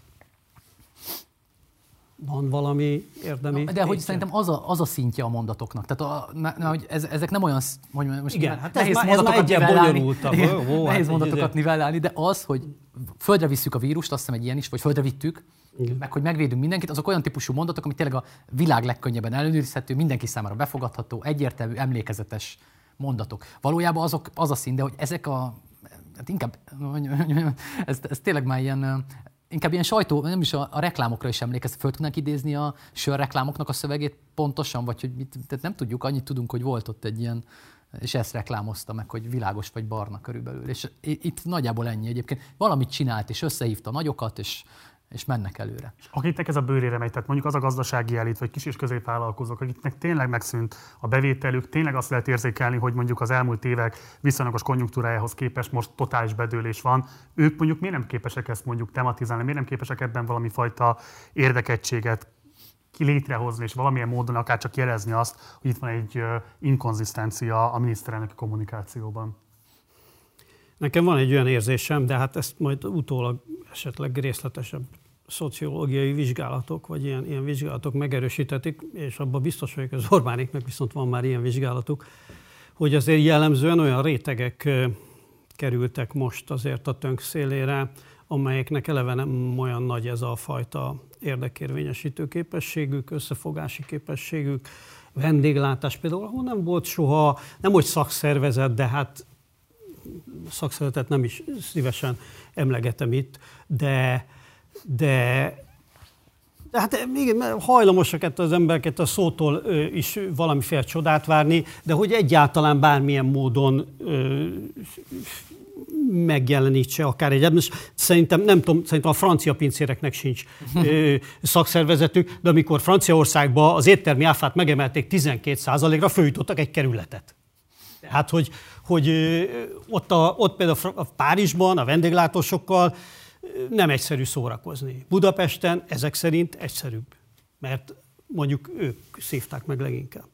Van valami érdemi... De hogy szerintem az a szintje a mondatoknak. Tehát hogy ezek nem olyan... Most igen, hát ez már egyen bonyolultabb. Nehéz mondatokat nivellálni, de az, hogy földre visszük a vírust, azt hiszem egy ilyen is, vagy földre vittük, meg hogy megvédünk mindenkit, azok olyan típusú mondatok, ami tényleg a világ legkönnyebben ellenőrizhető, mindenki számára befogadható, egyértelmű, emlékezetes mondatok. Valójában az a szín, de hogy ezek hát inkább, ez tényleg már ilyen, inkább ilyen sajtó, nem is a reklámokra is emlékeztet. Föl tudnánk idézni a sörreklámoknak a szövegét pontosan, vagy hogy tehát nem tudjuk, annyit tudunk, hogy volt ott egy ilyen, és ezt reklámozta meg, hogy világos vagy barna körülbelül. És itt nagyjából ennyi egyébként. Valamit csinált, és összehívta nagyokat, és mennek előre. Akiknek ez a bőrére megy, tehát mondjuk az a gazdasági elit, vagy kis és középvállalkozók, akiknek tényleg megszűnt a bevételük, tényleg azt lehet érzékelni, hogy mondjuk az elmúlt évek viszonylagos konjunktúrájához képest most totális bedőlés van. Ők mondjuk miért nem képesek ezt mondjuk tematizálni, miért nem képesek ebben valami fajta érdekeltséget létrehozni, és valamilyen módon akár csak jelezni azt, hogy itt van egy inkonzisztencia a miniszterelnöki kommunikációban. Nekem van egy olyan érzésem, de hát ezt majd utólag esetleg részletesebb szociológiai vizsgálatok, vagy ilyen vizsgálatok megerősítetik, és abban biztos vagyok, az Orbánéknak viszont van már ilyen vizsgálatuk, hogy azért jellemzően olyan rétegek kerültek most azért a tönk szélére, amelyeknek eleve nem olyan nagy ez a fajta érdekérvényesítő képességük, összefogási képességük, vendéglátás például, ahol nem volt soha, nem hogy szakszervezet, de hát szakszervezetet nem is szívesen emlegetem itt, de hát még hajlamosak az embereket a szótól is valamiféle csodát várni, de hogy egyáltalán bármilyen módon megjelenítse akár egy. Szerintem, nem tudom, szerintem a francia pincéreknek sincs szakszervezetük, de amikor Franciaországban az éttermi áfát megemelték 12%-ra, följutottak egy kerületet. Tehát, hogy ott például a Párizsban a vendéglátósokkal nem egyszerű szórakozni. Budapesten ezek szerint egyszerűbb, mert mondjuk ők szívták meg leginkább.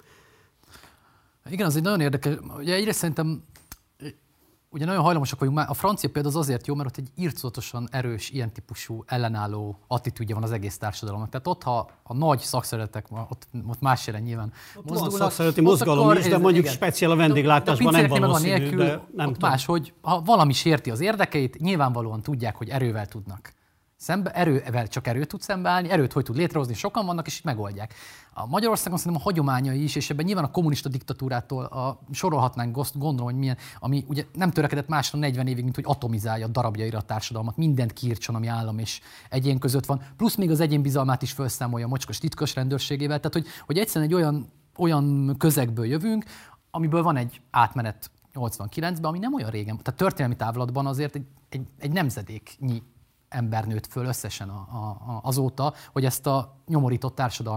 Igen, az egy nagyon érdekes. Ugye egyrészt szerintem ugye nagyon hajlamosak vagyunk már. A francia példa az azért jó, mert ott egy irtózatosan erős, ilyen típusú ellenálló attitűdje van az egész társadalomnak. Tehát ott, ha a nagy szakszervezetek, ott más jelen nyilván mozdulnak. Van szakszervezeti mozgalom is, de mondjuk igen, speciál a vendéglátásban nem valószínű, de nem ott más, hogy ha valami sérti az érdekeit, nyilvánvalóan tudják, hogy erővel tudnak. Erővel csak erőt tud szembeállni, erőt hogy tud létrehozni, sokan vannak, és itt megoldják. A Magyarországon szerintem a hagyományai is, és ebben nyilván a kommunista diktatúrától sorolhatnánk, gondolom, hogy milyen, ami ugye nem törekedett másra 40 évig, mint hogy atomizálja darabjaira a társadalmat, mindent kiírtson, ami állam és egyén között van, plusz még az egyén bizalmát is felszámolja a mocskos titkos rendőrségével, tehát hogy egyszerűen egy olyan közegből jövünk, amiből van egy átmenet 89-ben, ami nem olyan régen, tehát történelmi távlatban azért egy nemzedéknyi ember nőtt föl összesen azóta, hogy ezt a nyomorított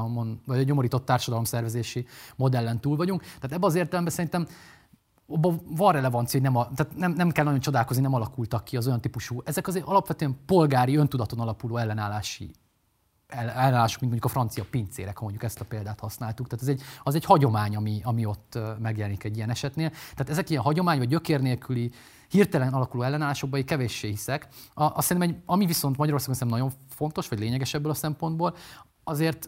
társadalomszervezési modellen túl vagyunk. Tehát ebben az értelemben szerintem van relevancia, hogy nem kell nagyon csodálkozni, nem alakultak ki az olyan típusú. Ezek azért alapvetően polgári, öntudaton alapuló ellenállások, mint mondjuk a francia pincérek, ha mondjuk ezt a példát használtuk. Tehát az egy hagyomány, ami ott megjelenik egy ilyen esetnél. Tehát ezek ilyen hagyomány vagy gyökér nélküli hirtelen alakuló ellenállásokban én kevéssé hiszek. Azt szerintem, ami viszont Magyarországon szerintem nagyon fontos, vagy lényeges ebből a szempontból, azért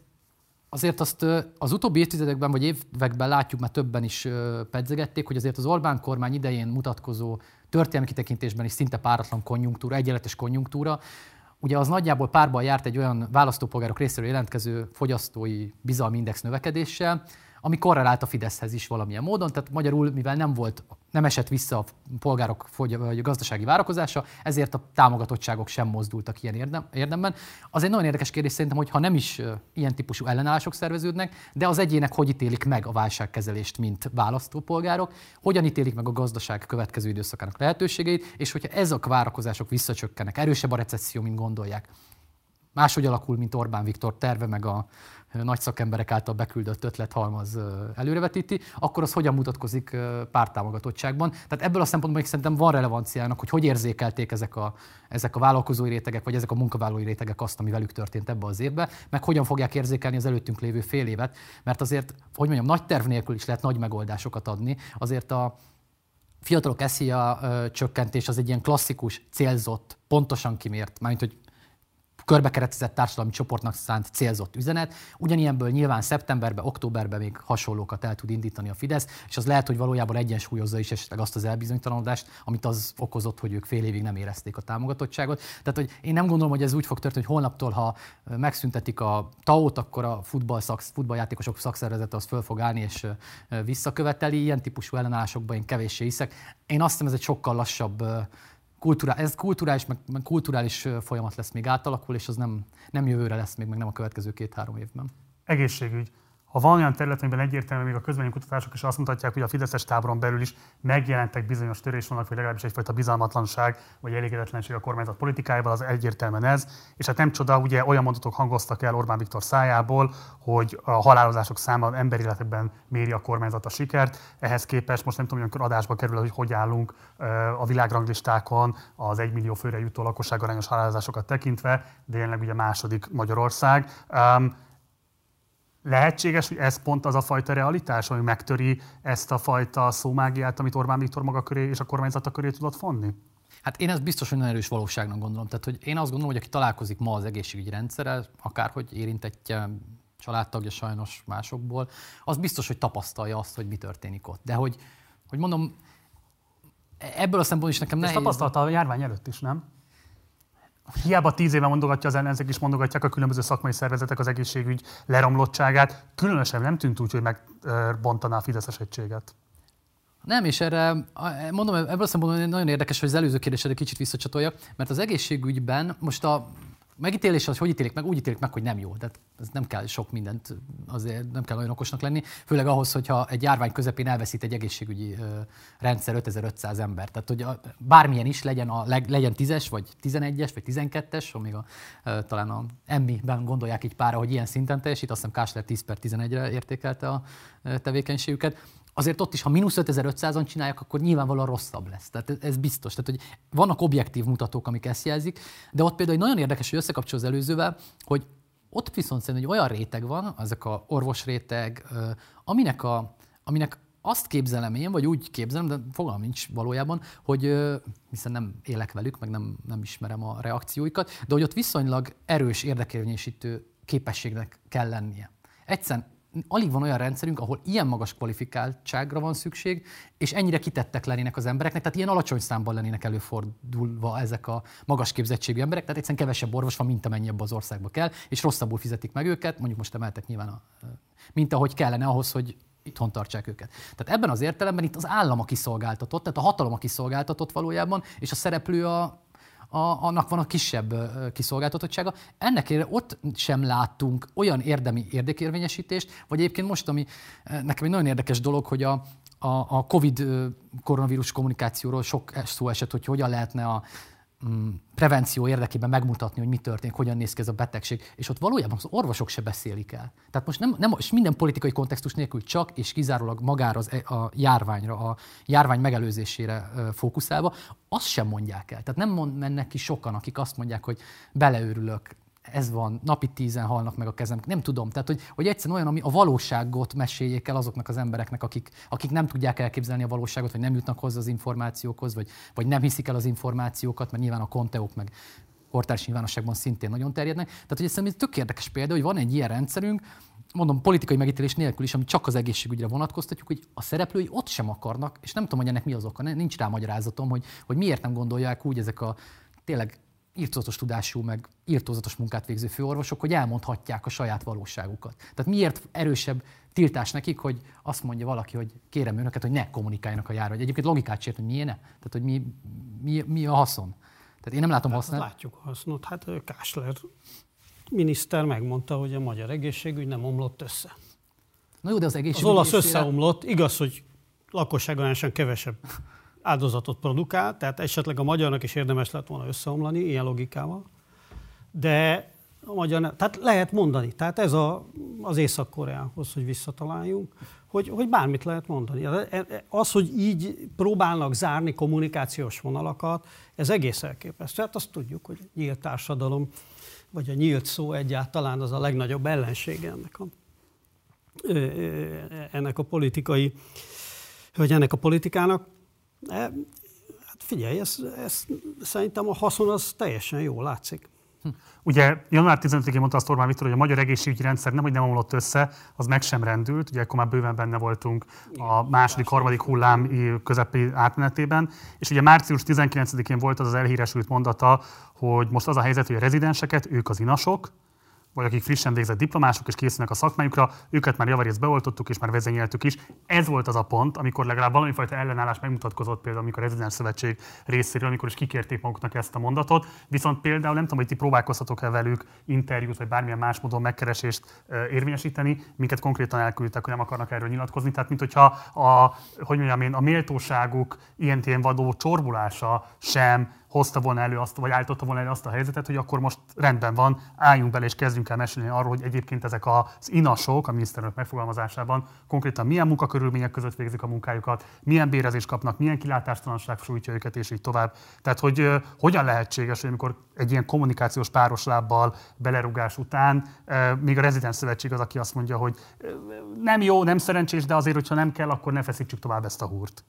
azt az utóbbi évtizedekben vagy években látjuk, már többen is pedzegették, hogy azért az Orbán kormány idején mutatkozó történelmi kitekintésben is szinte páratlan konjunktúra, egyenletes konjunktúra, ugye az nagyjából párban járt egy olyan választópolgárok részéről jelentkező fogyasztói bizalmi index növekedéssel, ami korrelált a Fideszhez is valamilyen módon, tehát magyarul, mivel nem esett vissza a polgárok vagy a gazdasági várakozása, ezért a támogatottságok sem mozdultak ilyen érdemben. Az egy nagyon érdekes kérdés szerintem, hogy ha nem is ilyen típusú ellenállások szerveződnek, de az egyének hogy ítélik meg a válságkezelést, mint választópolgárok, hogyan ítélik meg a gazdaság következő időszakának lehetőségeit, és hogyha ezek a várakozások visszacsökkennek, erősebb a recesszió, mint gondolják, máshogy alakul, mint Orbán Viktor terve, meg a nagy szakemberek által beküldött ötlethalmaz előrevetíti, akkor az hogyan mutatkozik párttámogatottságban. Tehát ebből a szempontból szerintem van relevanciának, hogy érzékelték ezek a vállalkozói rétegek, vagy ezek a munkavállalói rétegek azt, ami velük történt ebbe az évben, meg hogyan fogják érzékelni az előttünk lévő fél évet, mert azért, hogy mondjam, nagy terv nélkül is lehet nagy megoldásokat adni. Azért a fiatalok SZIA csökkentés az egy ilyen klasszikus, célzott, pontosan kimért, mármint, hogy körbekeretezett társadalmi csoportnak szánt célzott üzenet. Ugyanilyenből nyilván szeptemberben, októberben még hasonlókat el tud indítani a Fidesz, és az lehet, hogy valójában egyensúlyozza is esetleg azt az elbizonytalanodást, amit az okozott, hogy ők fél évig nem érezték a támogatottságot. Tehát, hogy én nem gondolom, hogy ez úgy fog történni, hogy holnaptól, ha megszüntetik a TAO-t, akkor a futballjátékosok szakszervezete az föl fog állni és visszaköveteli. Ilyen típusú ellenállásokban én kevéssé hiszek. Én azt hiszem, ez egy sokkal lassabb ez kulturális folyamat lesz, még átalakul, és az nem jövőre lesz még, meg nem a következő 2-3 évben. Egészségügy. Ha van olyan terület, amiben egyértelműen még a közvéleménykutatások is azt mutatják, hogy a fideszes táboron belül is megjelentek bizonyos törésvonalak, vagy legalábbis egyfajta bizalmatlanság, vagy elégedetlenség a kormányzat politikájában, az egyértelműen ez. És hát nem csoda, ugye olyan mondatok hangoztak el Orbán Viktor szájából, hogy a halálozások száma emberéletekben méri a kormányzat a sikert. Ehhez képest most nem tudom, hogy adásba kerül, hogy állunk a világranglistákon az 1 millió főre jutó lakosságarányos halálozásokat tekintve, de jelenleg ugye második Magyarország. Lehetséges, hogy ez pont az a fajta realitás, ami megtöri ezt a fajta szómágiát, amit Orbán Viktor maga köré és a kormányzata köré tudott vonni? Hát én ezt biztos, hogy nagyon erős valóságnak gondolom. Tehát, hogy én azt gondolom, hogy aki találkozik ma az egészségügyi rendszerrel, akárhogy érintettje, családtagja sajnos másokból, az biztos, hogy tapasztalja azt, hogy mi történik ott. De hogy mondom, ebből a szempontból is nekem nehéz. Ezt tapasztalta a járvány előtt is, nem? Hiába 10 éve mondogatja az ellenzék is, mondogatják a különböző szakmai szervezetek az egészségügy leromlottságát. Különösen nem tűnt úgy, hogy megbontaná a fideszes egységet. Nem, és erre, mondom, ebből a szempontból nagyon érdekes, hogy az előző kérdésedre kicsit visszacsatoljak, mert az egészségügyben most a megítélés az, hogy ítélik meg, úgy ítélik meg, hogy nem jó. Tehát ez nem kell sok mindent, azért nem kell nagyon okosnak lenni, főleg ahhoz, hogyha egy járvány közepén elveszít egy egészségügyi rendszer 5500 ember. Tehát, hogy bármilyen is legyen, legyen 10-es, vagy 11-es, vagy 12-es, még talán a Emmi-ben gondolják így pára, hogy ilyen szinten teljesít, azt hiszem Kásler 10/11-re értékelte a tevékenységüket. Azért ott is, ha -5500-an csinálják, akkor nyilvánvalóan rosszabb lesz. Tehát ez biztos. Tehát, hogy vannak objektív mutatók, amik ezt jelzik, de ott például nagyon érdekes, hogy összekapcsol az előzővel, hogy ott viszont szerintem egy olyan réteg van, ezek a orvosréteg, aminek azt képzelem én, vagy úgy képzelem, de fogalmam nincs valójában, hogy hiszen nem élek velük, meg nem ismerem a reakcióikat, de hogy ott viszonylag erős érdekérvényesítő képességnek kell lennie. Egyszerűen alig van olyan rendszerünk, ahol ilyen magas kvalifikáltságra van szükség, és ennyire kitettek lennének az embereknek, tehát ilyen alacsony számban lennének előfordulva ezek a magas képzettségű emberek, tehát egyszerűen kevesebb orvos van, mint amennyi abban az országba kell, és rosszabbul fizetik meg őket, mondjuk most emeltek nyilván, mint ahogy kellene ahhoz, hogy itthon tartsák őket. Tehát ebben az értelemben itt az állam a kiszolgáltatott, tehát a hatalom a kiszolgáltatott valójában, és a szereplő annak van a kisebb kiszolgáltatottsága. Ennek ott sem láttunk olyan érdemi érdekérvényesítést, vagy egyébként most, ami nekem egy nagyon érdekes dolog, hogy a Covid koronavírus kommunikációról sok szó esett, hogy hogyan lehetne a prevenció érdekében megmutatni, hogy mi történik, hogyan néz ki ez a betegség, és ott valójában az orvosok se beszélik el. Tehát most nem és minden politikai kontextus nélkül csak és kizárólag magára a járványra, a járvány megelőzésére fókuszálva, azt sem mondják el. Tehát nem mennek ki sokan, akik azt mondják, hogy beleőrülök, ez van, napi 10-en halnak meg a kezem. Nem tudom. Tehát, hogy egyszerűen olyan, ami a valóságot meséljék el azoknak az embereknek, akik nem tudják elképzelni a valóságot, vagy nem jutnak hozzá az információkhoz, vagy nem hiszik el az információkat, mert nyilván a konteók meg kortárs nyilvánosságban szintén nagyon terjednek. Tehát, hogy ez tök érdekes példa, hogy van egy ilyen rendszerünk, mondom, politikai megítélés nélkül is, ami csak az egészségügyre vonatkoztatjuk, hogy a szereplői ott sem akarnak, és nem tudom, hogy ennek mi az oka, nincs rá magyarázatom, hogy miért nem gondolják úgy ezek a tényleg irtózatos tudású, meg irtózatos munkát végző főorvosok, hogy elmondhatják a saját valóságukat. Tehát miért erősebb tiltás nekik, hogy azt mondja valaki, hogy kérem önöket, hogy ne kommunikáljanak a járvány. Egyébként logikát sért, hogy miért ne? Tehát, hogy mi a haszon? Tehát én nem látom hasznát. Látjuk a hasznot. Hát Kásler miniszter megmondta, hogy a magyar egészségügy nem omlott össze. Na jó, de az egészségügy... Az olasz összeomlott, igaz, hogy lakosságarányosan kevesebb áldozatot produkál, tehát esetleg a magyarnak is érdemes lett volna összeomlani, ilyen logikával. De a magyar, tehát lehet mondani, tehát ez az Észak-Koreához, hogy visszataláljunk, hogy bármit lehet mondani. Az, hogy így próbálnak zárni kommunikációs vonalakat, ez egész elképesztő. Hát azt tudjuk, hogy nyílt társadalom, vagy a nyílt szó egyáltalán az a legnagyobb ellensége ennek a politikai, vagy ennek a politikának. Hát figyelj, ez szerintem a haszon az teljesen jól látszik. Ugye január 15-én mondta azt Orbán Viktor, hogy a magyar egészségügyi rendszer nem omlott össze, az meg sem rendült. Ugye akkor már bőven benne voltunk a második, harmadik hullám közepi átmenetében. És ugye március 19-én volt az elhíresült mondata, hogy most az a helyzet, hogy a rezidenseket, ők az inasok, vagy akik frissen végzett diplomások és készülnek a szakmájukra, őket már javarészt beoltottuk és már vezényeltük is. Ez volt az a pont, amikor legalább valamifajta ellenállás megmutatkozott például, amikor a Rezidens Szövetség részéről, amikor is kikérték maguknak ezt a mondatot. Viszont például nem tudom, hogy ti próbálkoztatok-e velük interjút, vagy bármilyen más módon megkeresést érvényesíteni, minket konkrétan elküldtek, hogy nem akarnak erről nyilatkozni. Tehát, mint hogyha a méltóságuk ilyen való csorbulása sem hozta volna elő azt, vagy állította volna elő azt a helyzetet, hogy akkor most rendben van, álljunk bele és kezdjünk el mesélni arról, hogy egyébként ezek az inasok a miniszterelnök megfogalmazásában konkrétan milyen munkakörülmények között végzik a munkájukat, milyen bérezést kapnak, milyen kilátástalanság sújtja őket, és így tovább. Tehát, hogy hogyan lehetséges, hogy amikor egy ilyen kommunikációs pároslábbal belerugás után még a Rezidens Szövetség az, aki azt mondja, hogy nem jó, nem szerencsés, de azért, hogyha nem kell, akkor ne feszítsük tovább ezt a húrt.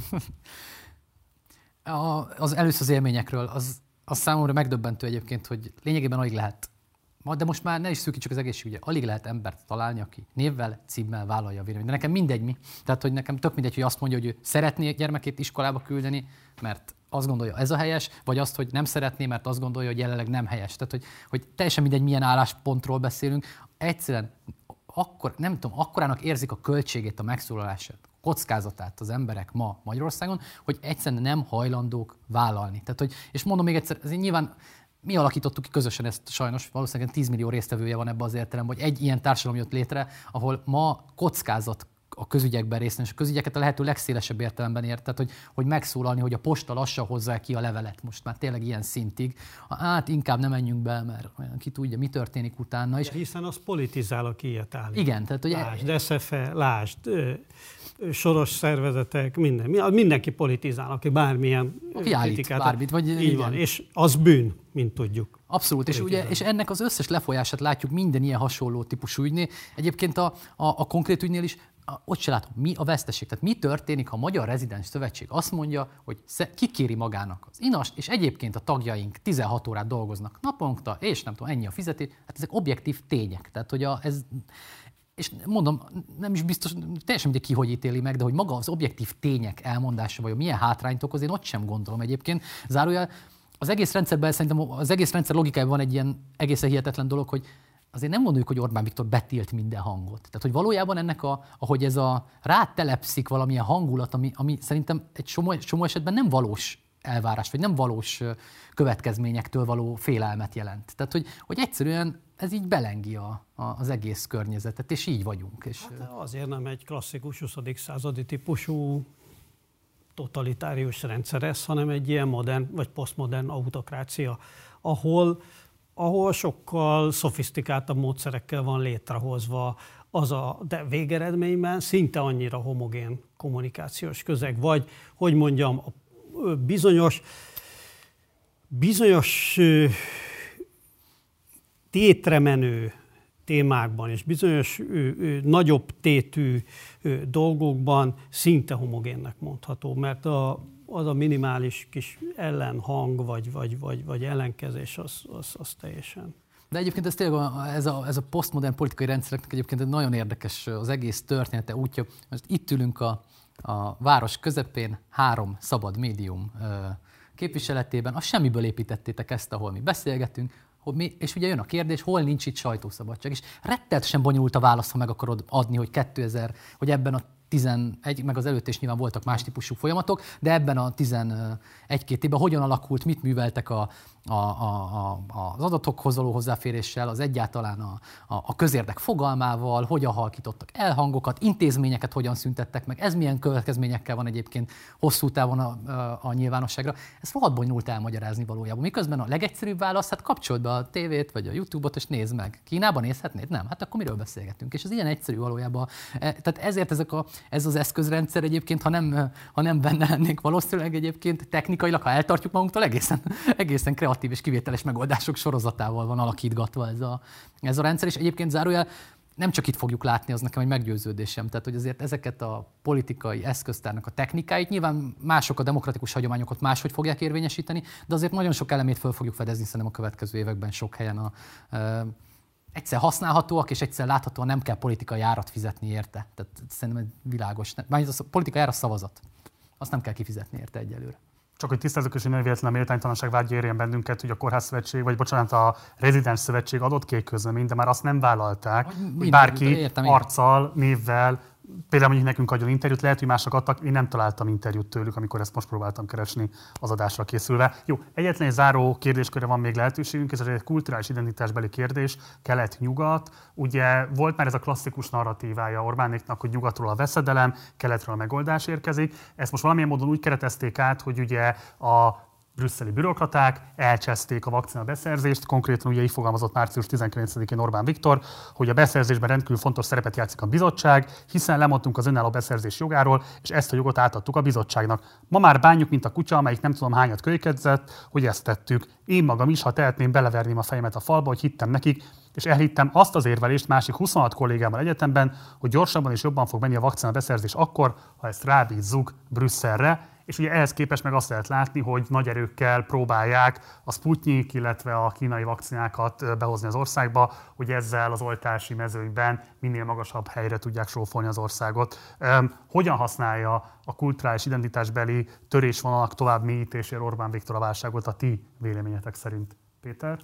Először az élményekről, az számomra megdöbbentő egyébként, hogy lényegében alig lehet. De most már ne is szűkítsük az egészségügyre. Alig lehet embert találni, aki névvel, címmel vállalja a véleményt. De nekem mindegy mi. Tehát, hogy nekem tök mindegy, hogy azt mondja, hogy ő szeretné gyermekét iskolába küldeni, mert azt gondolja, ez a helyes, vagy azt, hogy nem szeretné, mert azt gondolja, hogy jelenleg nem helyes. Tehát, hogy teljesen mindegy, milyen álláspontról beszélünk. Egyszerűen nem tudom, akkorának érzik a költségét, a megszólalását, kockázatát az emberek ma Magyarországon, hogy egyszerűen nem hajlandók vállalni. Tehát, és mondom még egyszer, ez nyilván mi alakítottuk ki közösen ezt, sajnos valószínűleg 10 millió résztvevője van ebben az értelemben, hogy egy ilyen társadalom jött létre, ahol ma kockázat a közügyekben részt venni, és a közügyeket a lehető legszélesebb értelemben ért, tehát hogy megszólalni, hogy a posta lassan hozzá ki a levelet, most már tényleg ilyen szintig. Hát inkább nem menjünk be, mert ki tudja, mi történik utána is. Hiszen az politizál, aki ilyet állít. Igen, tehát hogy... Lásd, SZFE, lásd, soros szervezetek, mindenki politizál, aki bármilyen kritikát. Bármit, vagy így igen. van, és az bűn, mint tudjuk. Abszolút, és ennek az összes lefolyását látjuk minden ilyen hasonló típusú ügynél. Egyébként a konkrét ügynél is ott se látom, mi a veszteség. Tehát mi történik, ha a Magyar Rezidens Szövetség azt mondja, hogy kikéri magának az inast, és egyébként a tagjaink 16 órát dolgoznak naponta, és nem tudom, ennyi a fizetés. Hát ezek objektív tények. Tehát, hogy és mondom, nem is biztos, teljesen mindegy ki, hogy ítéli meg, de hogy maga az objektív tények elmondása, vagy milyen hátrányt okoz, én ott sem gondolom egyébként. Zárójel, az egész rendszerben, szerintem az egész rendszer logikájában van egy ilyen egészen hihetetlen dolog, hogy azért nem gondoljuk, hogy Orbán Viktor betilt minden hangot. Tehát, hogy valójában ennek ahogy ez rátelepszik valamilyen hangulat, ami szerintem egy csomó esetben nem valós elvárás, vagy nem valós következményektől való félelmet jelent. Tehát, hogy egyszerűen ez így belengi az egész környezetet, és így vagyunk. És hát azért nem egy klasszikus 20. századi típusú totalitárius rendszer ez, hanem egy ilyen modern vagy posztmodern autokrácia, ahol sokkal szofisztikáltabb módszerekkel van létrehozva de végeredményben szinte annyira homogén kommunikációs közeg, vagy, hogy mondjam, bizonyos tétre menő témákban és bizonyos nagyobb tétű dolgokban szinte homogénnek mondható, mert az a minimális kis ellenhang vagy ellenkezés az teljesen. De egyébként ez tényleg ez a posztmodern politikai rendszereknek egyébként nagyon érdekes az egész története útja. Most itt ülünk a város közepén, 3 szabad médium képviseletében, azt semmiből építettétek ezt, ahol mi beszélgetünk, és ugye jön a kérdés, hol nincs itt sajtószabadság. És rettenetesen bonyolult a válasz, ha meg akarod adni, hogy 2000, hogy ebben a 11, meg az előtt is nyilván voltak más típusú folyamatok, de ebben a 11-2 évben hogyan alakult, mit műveltek az adatokhoz való hozzáféréssel, az egyáltalán a közérdek fogalmával, hogyan halkítottak elhangokat, intézményeket hogyan szüntettek meg, ez milyen következményekkel van egyébként hosszú távon a nyilvánosságra. Ez rohadt bonyolult elmagyarázni valójában. Miközben a legegyszerűbb válasz, hát kapcsold be a tévét vagy a YouTube-ot és nézd meg. Kínában nézhetnéd? Nem, hát akkor miről beszélgetünk? És ez ilyen egyszerű valójában. Tehát ezért ez az eszközrendszer egyébként, ha nem benne lennénk valószínűleg egyébként technikailag, ha eltartjuk magunktól, egészen kreatív és kivételes megoldások sorozatával van alakítgatva ez a rendszer, és egyébként zárójel nem csak itt fogjuk látni, az nekem egy meggyőződésem, tehát hogy azért ezeket a politikai eszköztárnak a technikáit, nyilván mások a demokratikus hagyományokat máshogy fogják érvényesíteni, de azért nagyon sok elemét föl fogjuk fedezni szerintem a következő években sok helyen egyszer használhatóak, és egyszer láthatóan nem kell politikai árat fizetni érte. Tehát szerintem világos. A politikai ára szavazat. Azt nem kell kifizetni érte egyelőre. Csak hogy tisztázzuk, és hogy ne véletlenül méltánytalanság vágya érjen bennünket, hogy a Kórházszövetség, vagy bocsánat, a Rezidens Szövetség adott ki egy közleményt, de már azt nem vállalták, hogy bárki arccal, névvel, például mondjuk nekünk adjon interjút, lehet, hogy mások adtak, én nem találtam interjút tőlük, amikor ezt most próbáltam keresni az adásra készülve. Jó, egyetlen egy záró kérdéskörre van még lehetőségünk, ez egy kulturális identitásbeli kérdés, kelet-nyugat. Ugye volt már ez a klasszikus narratívája Orbánéknak, hogy nyugatról a veszedelem, keletről a megoldás érkezik. Ezt most valamilyen módon úgy keretezték át, hogy ugye a brüsszeli bürokraták elcseszték a vakcina beszerzést, konkrétan ugye így fogalmazott március 19-én Orbán Viktor, hogy a beszerzésben rendkívül fontos szerepet játszik a bizottság, hiszen lemondtunk az önálló beszerzés jogáról, és ezt a jogot átadtuk a bizottságnak. Ma már bánjuk, mint a kutya, amelyik nem tudom hányat kölyködzett, hogy ezt tettük. Én magam is, ha tehetném, beleverném a fejemet a falba, hogy hittem nekik, és elhittem azt az érvelést másik 26 kollégámmal egyetemben, hogy gyorsabban és jobban fog menni a vakcina beszerzés akkor, ha ezt rábízzuk Brüsszelre. És ugye ehhez képest meg azt lehet látni, hogy nagy erőkkel próbálják a Sputnik, illetve a kínai vakcinákat behozni az országba, hogy ezzel az oltási mezőnyben minél magasabb helyre tudják sófolni az országot. Hogyan használja a kulturális identitásbeli törésvonalak tovább mélyítésére Orbán Viktor a válságot a ti véleményetek szerint? Péter?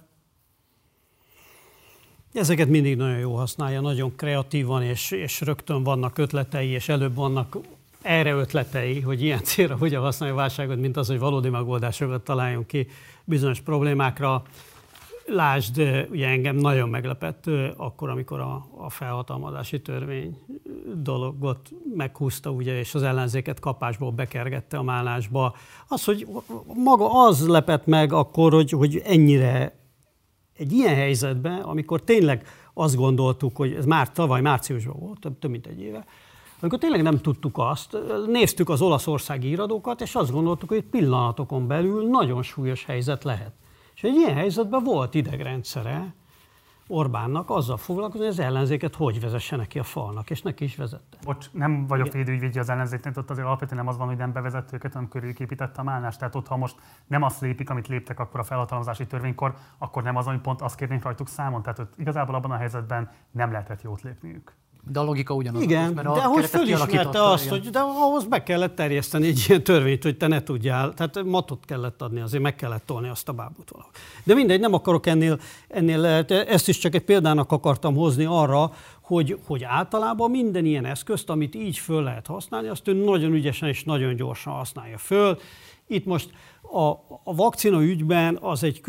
Ezeket mindig nagyon jól használja, nagyon kreatívan, és rögtön vannak ötletei, és előbb vannak erre ötletei, hogy ilyen célra hogyan használja a válságot, mint az, hogy valódi megoldásokat találjon ki bizonyos problémákra. Lásd, ugye engem nagyon meglepett akkor, amikor a felhatalmazási törvény dologot meghúzta, ugye, és az ellenzéket kapásból bekergette a málásba. Az, hogy maga az lepett meg akkor, hogy ennyire egy ilyen helyzetben, amikor tényleg azt gondoltuk, hogy ez már tavaly márciusban volt, több mint egy éve, amikor tényleg nem tudtuk azt, néztük az olaszországi iradókat, és azt gondoltuk, hogy pillanatokon belül nagyon súlyos helyzet lehet. És egy ilyen helyzetben volt idegrendszere Orbánnak azzal foglalkozni, hogy az ellenzéket hogy vezesse neki a falnak, és neki is vezette. Bocs, nem vagyok védőügyvédje az ellenzéknek, ott azért alapvetően nem az van, hogy nem bevezett őket, hanem körüljük építette a málnást. Tehát ott, ha most nem azt lépik, amit léptek akkor a felhatalmazási törvénykor, akkor nem az, hogy pont azt kérnénk rajtuk számon. Tehát ott igazából abban a helyzetben nem lehetett jót lépniük. De a logika ugyanaz. Igen, de ahogy fölismerte azt, hogy de ahhoz be kellett terjeszteni egy ilyen törvényt, hogy te ne tudjál, tehát matot kellett adni, azért meg kellett tolni azt a bábút valahogy. De mindegy, nem akarok ennél ezt is csak egy példának akartam hozni arra, hogy általában minden ilyen eszközt, amit így föl lehet használni, azt ő nagyon ügyesen és nagyon gyorsan használja föl. Itt most a vakcina ügyben az egy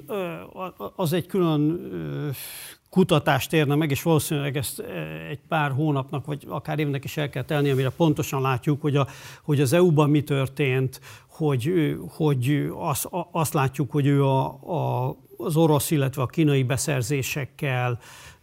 külön kutatást érne meg, és valószínűleg ezt egy pár hónapnak, vagy akár évnek is el kell telni, amire pontosan látjuk, hogy az EU-ban mi történt, hogy azt látjuk, hogy ő az orosz, illetve a kínai beszerzésekkel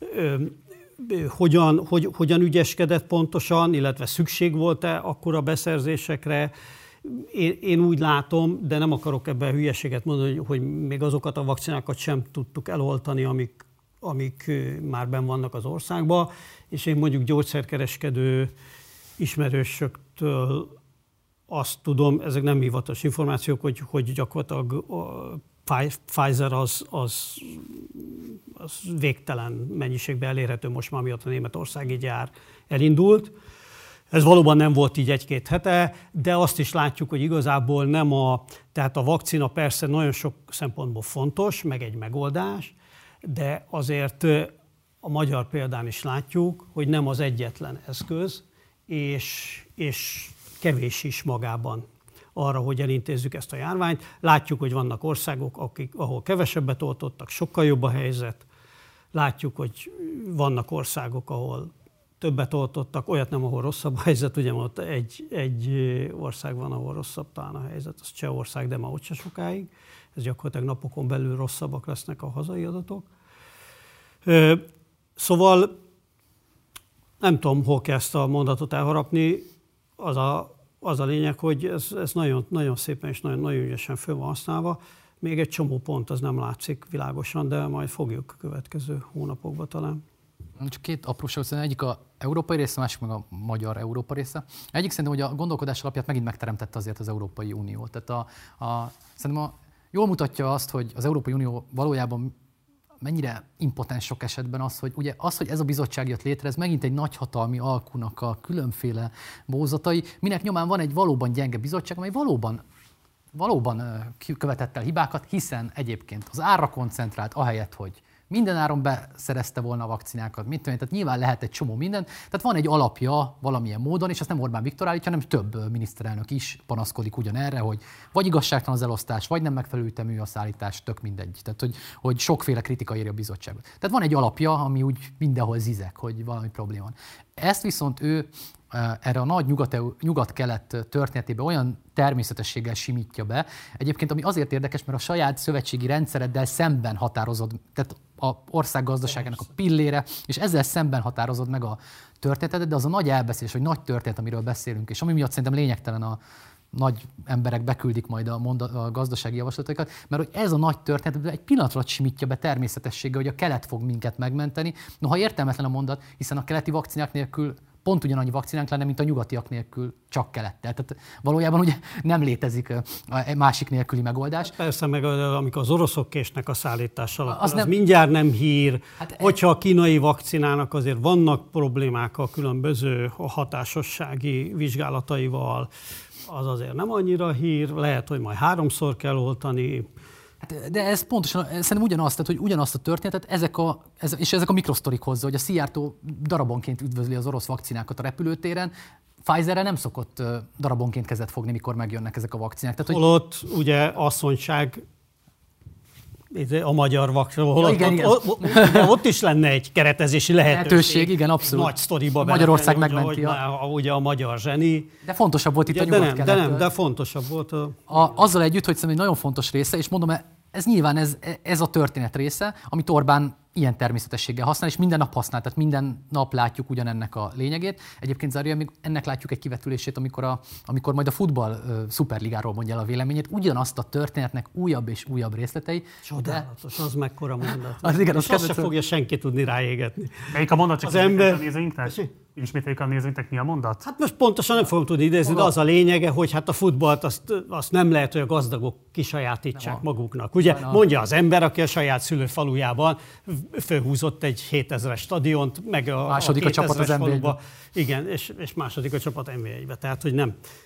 hogyan ügyeskedett pontosan, illetve szükség volt-e akkora beszerzésekre. Én úgy látom, de nem akarok ebben hülyeséget mondani, hogy még azokat a vakcinákat sem tudtuk eloltani, amik már benn vannak az országban, és én mondjuk gyógyszerkereskedő ismerősöktől azt tudom, ezek nem hivatalos információk, hogy gyakorlatilag a Pfizer az végtelen mennyiségben elérhető most már, miatt a németországi gyár elindult. Ez valóban nem volt így egy-két hete, de azt is látjuk, hogy igazából nem tehát a vakcina persze nagyon sok szempontból fontos, meg egy megoldás, de azért a magyar példán is látjuk, hogy nem az egyetlen eszköz, és kevés is magában arra, hogy elintézzük ezt a járványt. Látjuk, hogy vannak országok, ahol kevesebbet oltottak, sokkal jobb a helyzet. Látjuk, hogy vannak országok, ahol többet oltottak, olyat nem, ahol rosszabb a helyzet. Ugye ott egy ország van, ahol rosszabb talán a helyzet, az Csehország, de már ott se sokáig. Ez gyakorlatilag napokon belül rosszabbak lesznek a hazai adatok. Szóval nem tudom, hol kell ezt a mondatot elharapni. Az a lényeg, hogy ez nagyon, nagyon szépen és nagyon, nagyon ügyesen föl van használva. Még egy csomó pont az nem látszik világosan, de majd fogjuk a következő hónapokban talán. Csak két apróság, egyik a európai része, másik meg a magyar Európa része. Egyik szerintem, hogy a gondolkodás alapját megint megteremtette azért az Európai Unió. Tehát szerintem jól mutatja azt, hogy az Európai Unió valójában mennyire impotens sok esetben az, hogy ez a bizottság jött létre, ez megint egy nagyhatalmi alkunak a különféle mózatai, minek nyomán van egy valóban gyenge bizottság, amely valóban követett el hibákat, hiszen egyébként az árra koncentrált, ahelyett, hogy minden áron beszerezte volna a vakcinákat, tehát nyilván lehet egy csomó minden. Tehát van egy alapja valamilyen módon, és ezt nem Orbán Viktor állítja, hanem több miniszterelnök is panaszkodik ugyanerre, hogy vagy igazságtalan az elosztás, vagy nem megfelelő ütemű a szállítás, tök mindegy. Tehát, hogy sokféle kritika éri a bizottságot. Tehát van egy alapja, ami úgy mindenhol zizek, hogy valami probléma van. Ezt viszont ő erre a nagy nyugat-kelet történetébe olyan természetességgel simítja be. Egyébként, ami azért érdekes, mert a saját szövetségi rendszereddel szemben határozod, tehát az ország gazdaságának a pillére, és ezzel szemben határozod meg a történetet, de az a nagy elbeszélés, vagy nagy történet, amiről beszélünk, és ami miatt szerintem lényegtelen a nagy emberek beküldik majd a gazdasági javaslatokat, mert hogy ez a nagy történet egy pillanatra simítja be természetességgel, hogy a kelet fog minket megmenteni. Noha értelmetlen a mondat, hiszen a keleti vakcinák nélkül pont ugyanannyi vakcinánk lenne, mint a nyugatiak nélkül, csak kelettel. Tehát valójában ugye nem létezik másik nélküli megoldás. Persze, meg amikor az oroszok késnek a szállítással, az mindjárt nem hír. Hogyha a kínai vakcinának azért vannak problémák a különböző hatásossági vizsgálataival, az azért nem annyira hír, lehet, hogy majd 3-szor kell oltani. Hát, de ez pontosan, szerintem ugyanaz, tehát, hogy ugyanazt a történetet, ezek a mikrosztorik hozzá, hogy a Szijjártó darabonként üdvözli az orosz vakcinákat a repülőtéren, Pfizerrel nem szokott darabonként kezet fogni, mikor megjönnek ezek a vakcinák. Tehát, holott ugye asszonyság a magyar vakcinával, ott is lenne egy keretezési lehetőség. Igen, abszolút. Nagy sztoriba Magyarország megmenti. Ugye a magyar zseni. De fontosabb volt itt a nyugat-kelet. De fontosabb volt. Azzal együtt, hogy szerintem egy nagyon fontos része, és mondom, ez nyilván ez a történet része, amit Orbán ilyen természetességgel használ, és minden nap használ, tehát minden nap látjuk ugyanennek a lényegét. Egyébként zárójelben még ennek látjuk egy kivetülését, amikor majd a futball szuperligáról mondja el a véleményét, ugyanazt a történetnek újabb és újabb részletei. Csodálatos, az mekkora mondat. Az igen, és azt se fogja senki tudni ráégetni. Melyik a mondat, csak az ember... a nézőinknek? Ismételjük a nézőinknek, mi a mondat? Hát most pontosan nem fogom tudni idézni, de az a lényege, hogy hát a futballt azt nem lehet, hogy a gazdagok kisajátítsák maguknak. Ugye mondja az ember, aki a saját szülőfalujában fölhúzott egy 7000-es stadiont, meg második a csapat az NB1-be. Igen, és második a csapat NB1-be. Tehát, hogy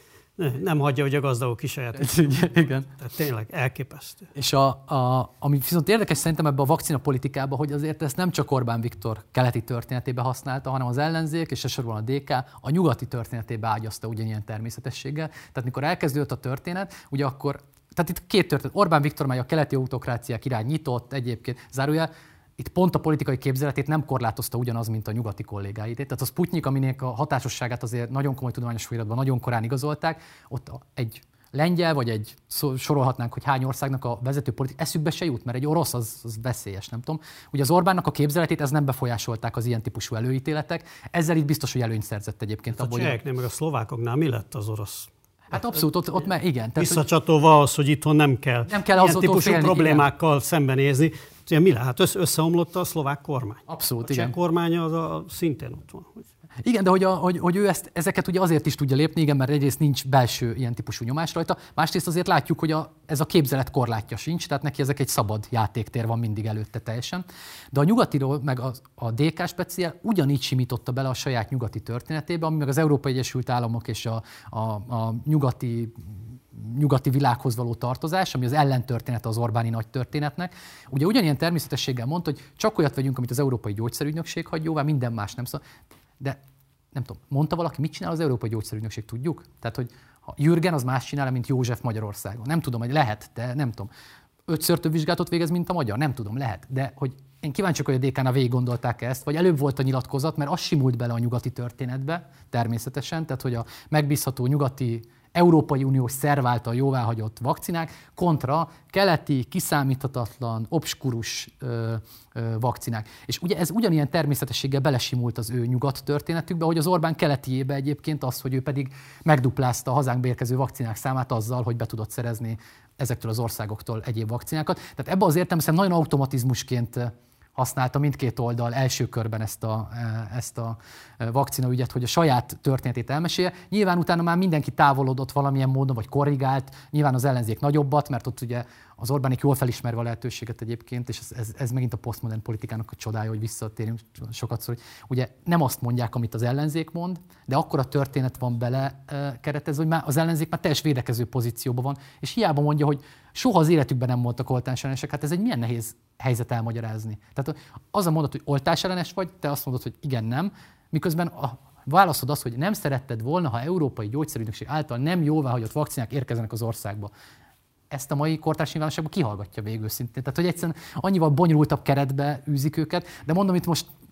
nem hagyja, hogy a gazdagok kisajátítsák. Igen. Tehát tényleg elképesztő. És ami viszont érdekes szerintem ebben a vakcinapolitikában, hogy azért ezt nem csak Orbán Viktor keleti történetébe használta, hanem az ellenzék, és elsősorban a DK a nyugati történetébe ágyazta ugyanilyen természetességgel. Tehát mikor elkezdődött a történet, ugye akkor, tehát itt két történet. Orbán Viktor, mely a keleti autokráciák irány nyitott, egyébként zárójel, itt pont a politikai képzeletét nem korlátozta ugyanaz, mint a nyugati kollégáit. Tehát a Sputnik, aminek a hatásosságát azért nagyon komoly tudományos folyamatban nagyon korán igazolták, ott egy lengyel, vagy sorolhatnánk, hogy hány országnak a vezető politik eszükbe se jut, mert egy orosz az veszélyes, nem tudom. Ugye az Orbánnak a képzeletét ez nem befolyásolták az ilyen típusú előítéletek, ezzel itt biztos, hogy előnyt szerzett egyébként. A cseheknél, meg a szlovákoknál mi lett az orosz? Hát abszolút, ott már igen. Visszacsatolva az, hogy itthon nem kell ilyen típusú problémákkal szembenézni. Mi lehet? Összeomlott a szlovák kormány. Abszolút, a cseh kormánya az szintén ott van. Igen, de hogy ő ezeket ugye azért is tudja lépni, igen, mert egyrészt nincs belső ilyen típusú nyomás rajta, másrészt azért látjuk, hogy ez a képzelet korlátja sincs, tehát neki ezek egy szabad játéktér van mindig előtte teljesen. De a nyugatiról, meg a DK speciál ugyanígy simította bele a saját nyugati történetébe, ami meg az Európai Egyesült Államok és a nyugati világhoz való tartozás, ami az ellentörténete az Orbáni nagy történetnek. Ugye ugyanilyen természetességgel mondta, hogy csak olyat vegyünk, amit az Európai Gyógyszerügynökség hagy jóvá, minden más nem szól. De nem tudom, mondta valaki, mit csinál az Európai Gyógyszerügynökség, tudjuk? Tehát, hogy Jürgen az más csinál, mint József Magyarországon. Nem tudom, hogy lehet, de nem tudom. 5-ször több vizsgálatot végez, mint a magyar? Nem tudom, lehet. De hogy én kíváncsiak, hogy a DK-nál végig gondolták ezt, vagy előbb volt a nyilatkozat, mert az simult bele a nyugati történetbe, természetesen, tehát hogy a megbízható nyugati Európai Uniós szerv által jóváhagyott vakcinák kontra keleti, kiszámíthatatlan, obskurus vakcinák. És ugye ez ugyanilyen természetességgel belesimult az ő nyugat történetükbe, hogy az Orbán keletiébe egyébként az, hogy ő pedig megduplázta a hazánkba érkező vakcinák számát azzal, hogy be tudott szerezni ezektől az országoktól egyéb vakcinákat. Tehát ebben az értelemben nagyon automatizmusként használta mindkét oldal első körben ezt a vakcinaügyet, hogy a saját történetét elmesélje. Nyilván utána már mindenki távolodott valamilyen módon, vagy korrigált. Nyilván az ellenzék nagyobbat, mert ott ugye az Orbánik jól felismerve a lehetőséget egyébként, és ez megint a posztmodern politikának a csodája, hogy visszatérünk sokat szó, hogy ugye nem azt mondják, amit az ellenzék mond, de akkor a történet van bele keretezve, hogy már az ellenzék már teljes védekező pozícióban van, és hiába mondja, hogy soha az életükben nem voltak oltásellenesek, hát ez egy milyen nehéz helyzet elmagyarázni. Tehát az a mondat, hogy oltásellenes vagy, te azt mondod, hogy igen, nem, miközben válaszod azt, hogy nem szeretted volna, ha Európai Gyógyszerügynökség által nem jóváhagyott vakcinák érkeznek az országba. Ezt a mai kortárs nyilvánosságban kihallgatja végül szintén. Tehát, hogy egyszerűen annyival bonyolultabb keretbe űzik őket, de mondom, itt most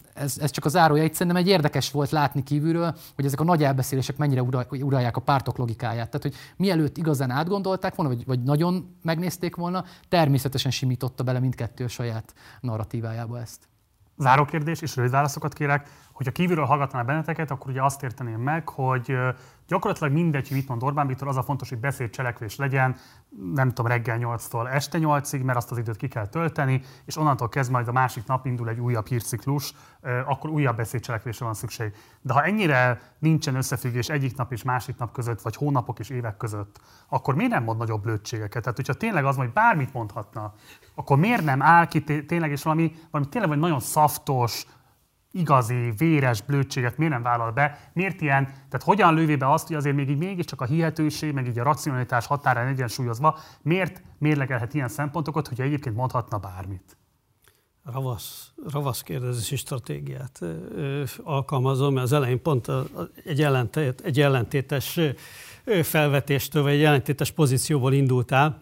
ez csak a zárója. Itt szerintem egy érdekes volt látni kívülről, hogy ezek a nagy elbeszélések mennyire uralják a pártok logikáját. Tehát, hogy mielőtt igazán átgondolták volna, vagy nagyon megnézték volna, természetesen simította bele mindkettő a saját narratívájába ezt. Záró kérdés, és rövid válaszokat kérek, hogyha kívülről hallgatnál benneteket, akkor ugye azt érteném meg, hogy gyakorlatilag mindegy, hogy mit mond Orbán Viktor, az a fontos, hogy beszédcselekvés legyen, nem tudom, reggel 8-tól este 8-ig, mert azt az időt ki kell tölteni, és onnantól kezdve majd a másik nap indul egy újabb hírciklus, akkor újabb beszédcselekvésre van szükség. De ha ennyire nincsen összefüggés egyik nap és másik nap között, vagy hónapok és évek között, akkor miért nem mond nagyobb blödségeket? Tehát, hogyha tényleg az, hogy bármit mondhatna, akkor miért nem áll ki tényleg, és valami tényleg vagy nagyon szaftos, igazi, véres blödséget miért nem vállal be? Miért ilyen? Tehát hogyan lővé be azt, hogy azért még így mégiscsak a hihetőség, meg így a racionalitás határán egyensúlyozva, miért mérlegelhet ilyen szempontokat, hogyha egyébként mondhatna bármit? Ravasz kérdezési stratégiát alkalmazom, mert az elején pont egy ellentétes felvetéstől, vagy egy ellentétes pozícióból indultál.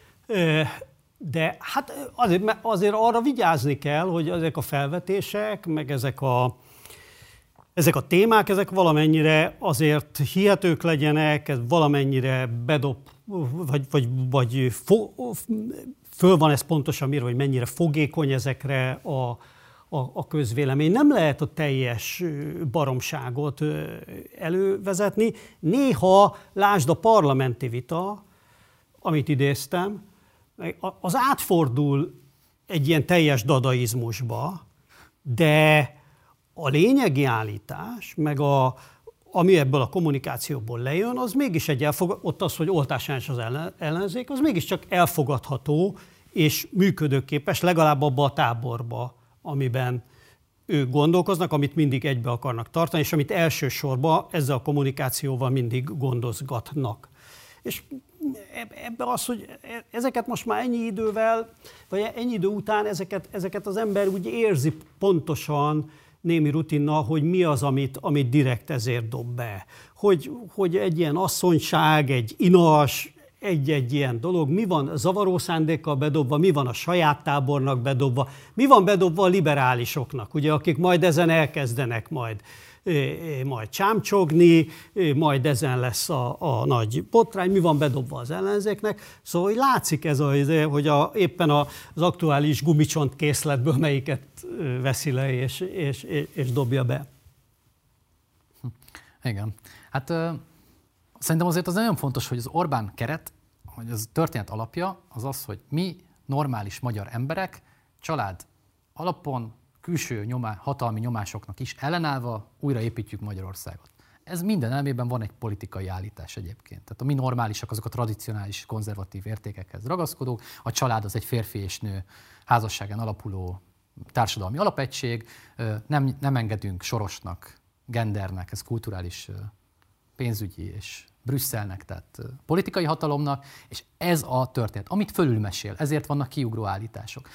De hát azért arra vigyázni kell, hogy ezek a felvetések, meg ezek a témák, ezek valamennyire azért hihetők legyenek, ez valamennyire bedob, vagy föl van ez pontosan mérve, hogy mennyire fogékony ezekre a közvélemény. Nem lehet a teljes baromságot elővezetni. Néha, lásd a parlamenti vita, amit idéztem, az átfordul egy ilyen teljes dadaizmusba, de a lényegi állítás, meg ami ebből a kommunikációból lejön, az mégis ott az, hogy oltásáns az ellenzék, az mégiscsak elfogadható és működőképes, legalább abba a táborba, amiben ők gondolkoznak, amit mindig egybe akarnak tartani, és amit elsősorban ezzel a kommunikációval mindig gondozgatnak. És ebben az, hogy ezeket most már ennyi idővel, vagy ennyi idő után ezeket az ember úgy érzi pontosan némi rutinnal, hogy mi az, amit direkt ezért dob be. Hogy egy ilyen asszonyság, egy inas, egy ilyen dolog, mi van zavaró szándékkal bedobva, mi van a saját tábornak bedobva, mi van bedobva a liberálisoknak, ugye, akik majd ezen elkezdenek majd csámcsogni, majd ezen lesz a nagy botrány, mi van bedobva az ellenzéknek. Szóval hogy látszik ez, hogy éppen az aktuális gumicsont készletből melyiket veszi le és dobja be. Igen. Hát szerintem azért az nagyon fontos, hogy az Orbán keret, hogy az történet alapja az az, hogy mi normális magyar emberek család alapon külső hatalmi nyomásoknak is ellenállva újraépítjük Magyarországot. Ez minden elmében van egy politikai állítás egyébként. Tehát a mi normálisak azok a tradicionális konzervatív értékekhez ragaszkodók, a család az egy férfi és nő házasságán alapuló társadalmi alapegység, nem engedünk Sorosnak, gendernek, ez kulturális, pénzügyi és Brüsszelnek, tehát politikai hatalomnak, és ez a történet, amit fölülmesél, ezért vannak kiugró állítások.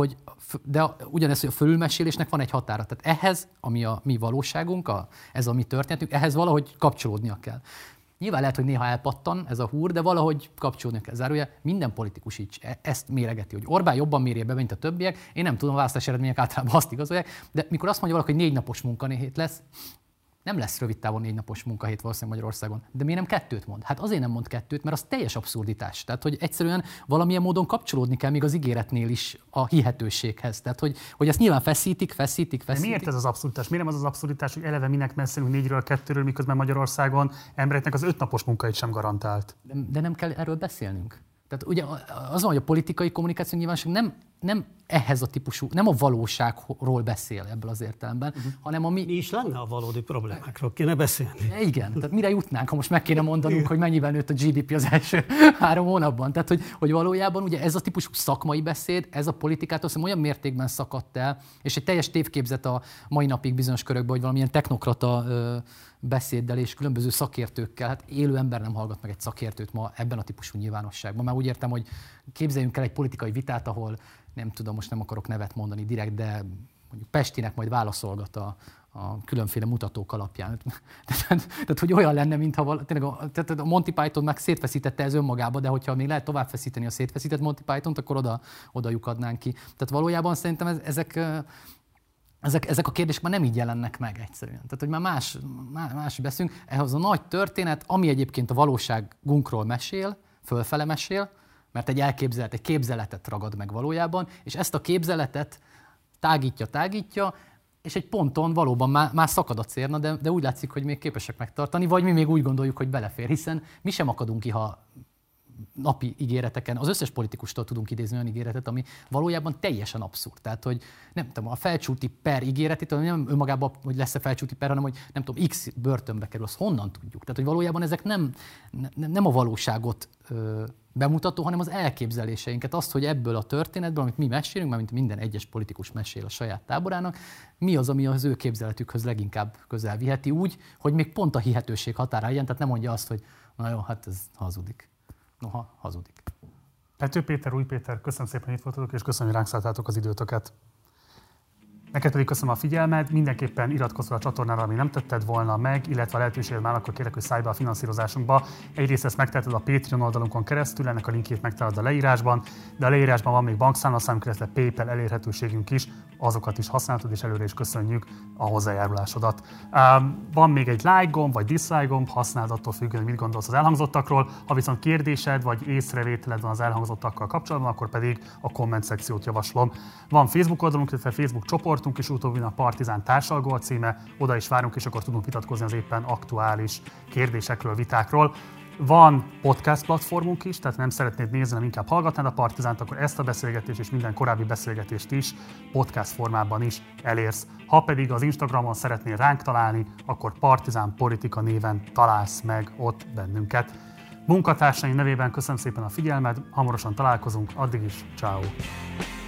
De ugyanez, hogy a fölülmesélésnek van egy határa. Tehát ehhez, ami a mi valóságunk, ez a mi történetünk, ehhez valahogy kapcsolódnia kell. Nyilván lehet, hogy néha elpattan ez a húr, de valahogy kapcsolódnia kell. Zárójel, minden politikus így ezt méregeti, hogy Orbán jobban mérje be, mint a többiek. Én nem tudom, a választási eredmények általában azt igazolják, de mikor azt mondja valaki, hogy 4 napos munkahét lesz, nem lesz rövid távon 4 napos munkahét valószínűleg Magyarországon. De miért nem 2 mond? Hát azért nem mond 2, mert az teljes abszurditás. Tehát, hogy egyszerűen valamilyen módon kapcsolódni kell még az ígéretnél is a hihetőséghez. Tehát, hogy ezt nyilván feszítik. De miért ez az abszurditás? Miért nem az abszurditás, hogy eleve minek beszélünk 4-ről, 2-ről, miközben Magyarországon embereknek az 5 napos munkahét sem garantált? De nem kell erről beszélnünk. Tehát ugye az van, hogy a politikai kommunikáció nyilvánosság nem ehhez a típusú, nem a valóságról beszél ebből az értelemben, hanem ami... Mi is lenne a valódi problémákról, kéne beszélni. Igen, tehát mire jutnánk, ha most meg kéne mondanunk, hogy mennyivel nőtt a GDP az első 3 hónapban. Tehát, hogy valójában ugye ez a típusú szakmai beszéd, ez a politikától olyan mértékben szakadt el, és egy teljes tévképzet a mai napig bizonyos körökben, hogy valamilyen technokrata beszéddel és különböző szakértőkkel, hát élő ember nem hallgat meg egy szakértőt ma ebben a típusú nyilvánosságban. Már úgy értem, hogy képzeljünk el egy politikai vitát, ahol nem tudom, most nem akarok nevet mondani direkt, de mondjuk Pestinek majd válaszolgat a különféle mutatók alapján. Tehát, hogy olyan lenne, mintha tehát a Monty Python meg szétfeszítette ez önmagába, de hogyha még lehet tovább feszíteni a szétfeszített Monty Pythont, akkor oda lyukadnánk ki. Tehát valójában szerintem ezek ezek a kérdések már nem így jelennek meg egyszerűen. Tehát, hogy már más beszélünk. Ehhez a nagy történet, ami egyébként a valóságunkról mesél, fölfele mesél, mert egy képzeletet ragad meg valójában, és ezt a képzeletet tágítja, és egy ponton valóban már szakad a cérna, de úgy látszik, hogy még képesek megtartani, vagy mi még úgy gondoljuk, hogy belefér, hiszen mi sem akadunk ki, ha napi ígéreteken, az összes politikustól tudunk idézni olyan ígéretet, ami valójában teljesen abszurd. Tehát, hogy nem tudom, a Felcsúti per ígéretét, nem önmagában, hogy lesz-e Felcsúti per, hanem hogy nem tudom, X börtönbe kerül, azt honnan tudjuk. Tehát, hogy valójában ezek nem a valóságot bemutató, hanem az elképzeléseinket, azt, hogy ebből a történetből, amit mi mesélünk, mert mint minden egyes politikus mesél a saját táborának, mi az, ami az ő képzeletükhöz leginkább közel viheti úgy, hogy még pont a hihetőség határáján, tehát nem mondja azt, hogy na jó, hát ez hazudik. Noha, hazudik. Pető Péter, Új Péter, köszönöm szépen, hogy itt voltatok, és köszönöm, hogy ránk szálltátok az időtöket. Neked pedig köszönöm a figyelmed, mindenképpen iratkozz fel a csatornára, ami nem tetted volna meg, illetve a lehetőséged már, akkor kérlek, hogy szállj be a finanszírozásunkba. Egyrészt ezt megteheted a Patreon oldalunkon keresztül, ennek a linkjét megtalálod a leírásban, de a leírásban van még bankszámlaszámunk, illetve PayPal elérhetőségünk is, azokat is használhatod, és előre is köszönjük a hozzájárulásodat. Van még egy like gomb, vagy dislike gomb, használd attól függően, hogy mit gondolsz az elhangzottakról. Ha viszont kérdésed, vagy észrevételed van az elhangzottakkal kapcsolatban, akkor pedig a komment szekciót javaslom. Van Facebook oldalunk, illetve Facebook csoportunk is, utóbbin a Partizán társalgó a címe, oda is várunk, és akkor tudunk vitatkozni az éppen aktuális kérdésekről, vitákról. Van podcast platformunk is, tehát nem szeretnéd nézni, hanem inkább hallgatnád a Partizánt, akkor ezt a beszélgetést és minden korábbi beszélgetést is podcast formában is elérsz. Ha pedig az Instagramon szeretnél ránk találni, akkor Partizán Politika néven találsz meg ott bennünket. Munkatársaim nevében köszönöm szépen a figyelmed, hamarosan találkozunk, addig is, ciao.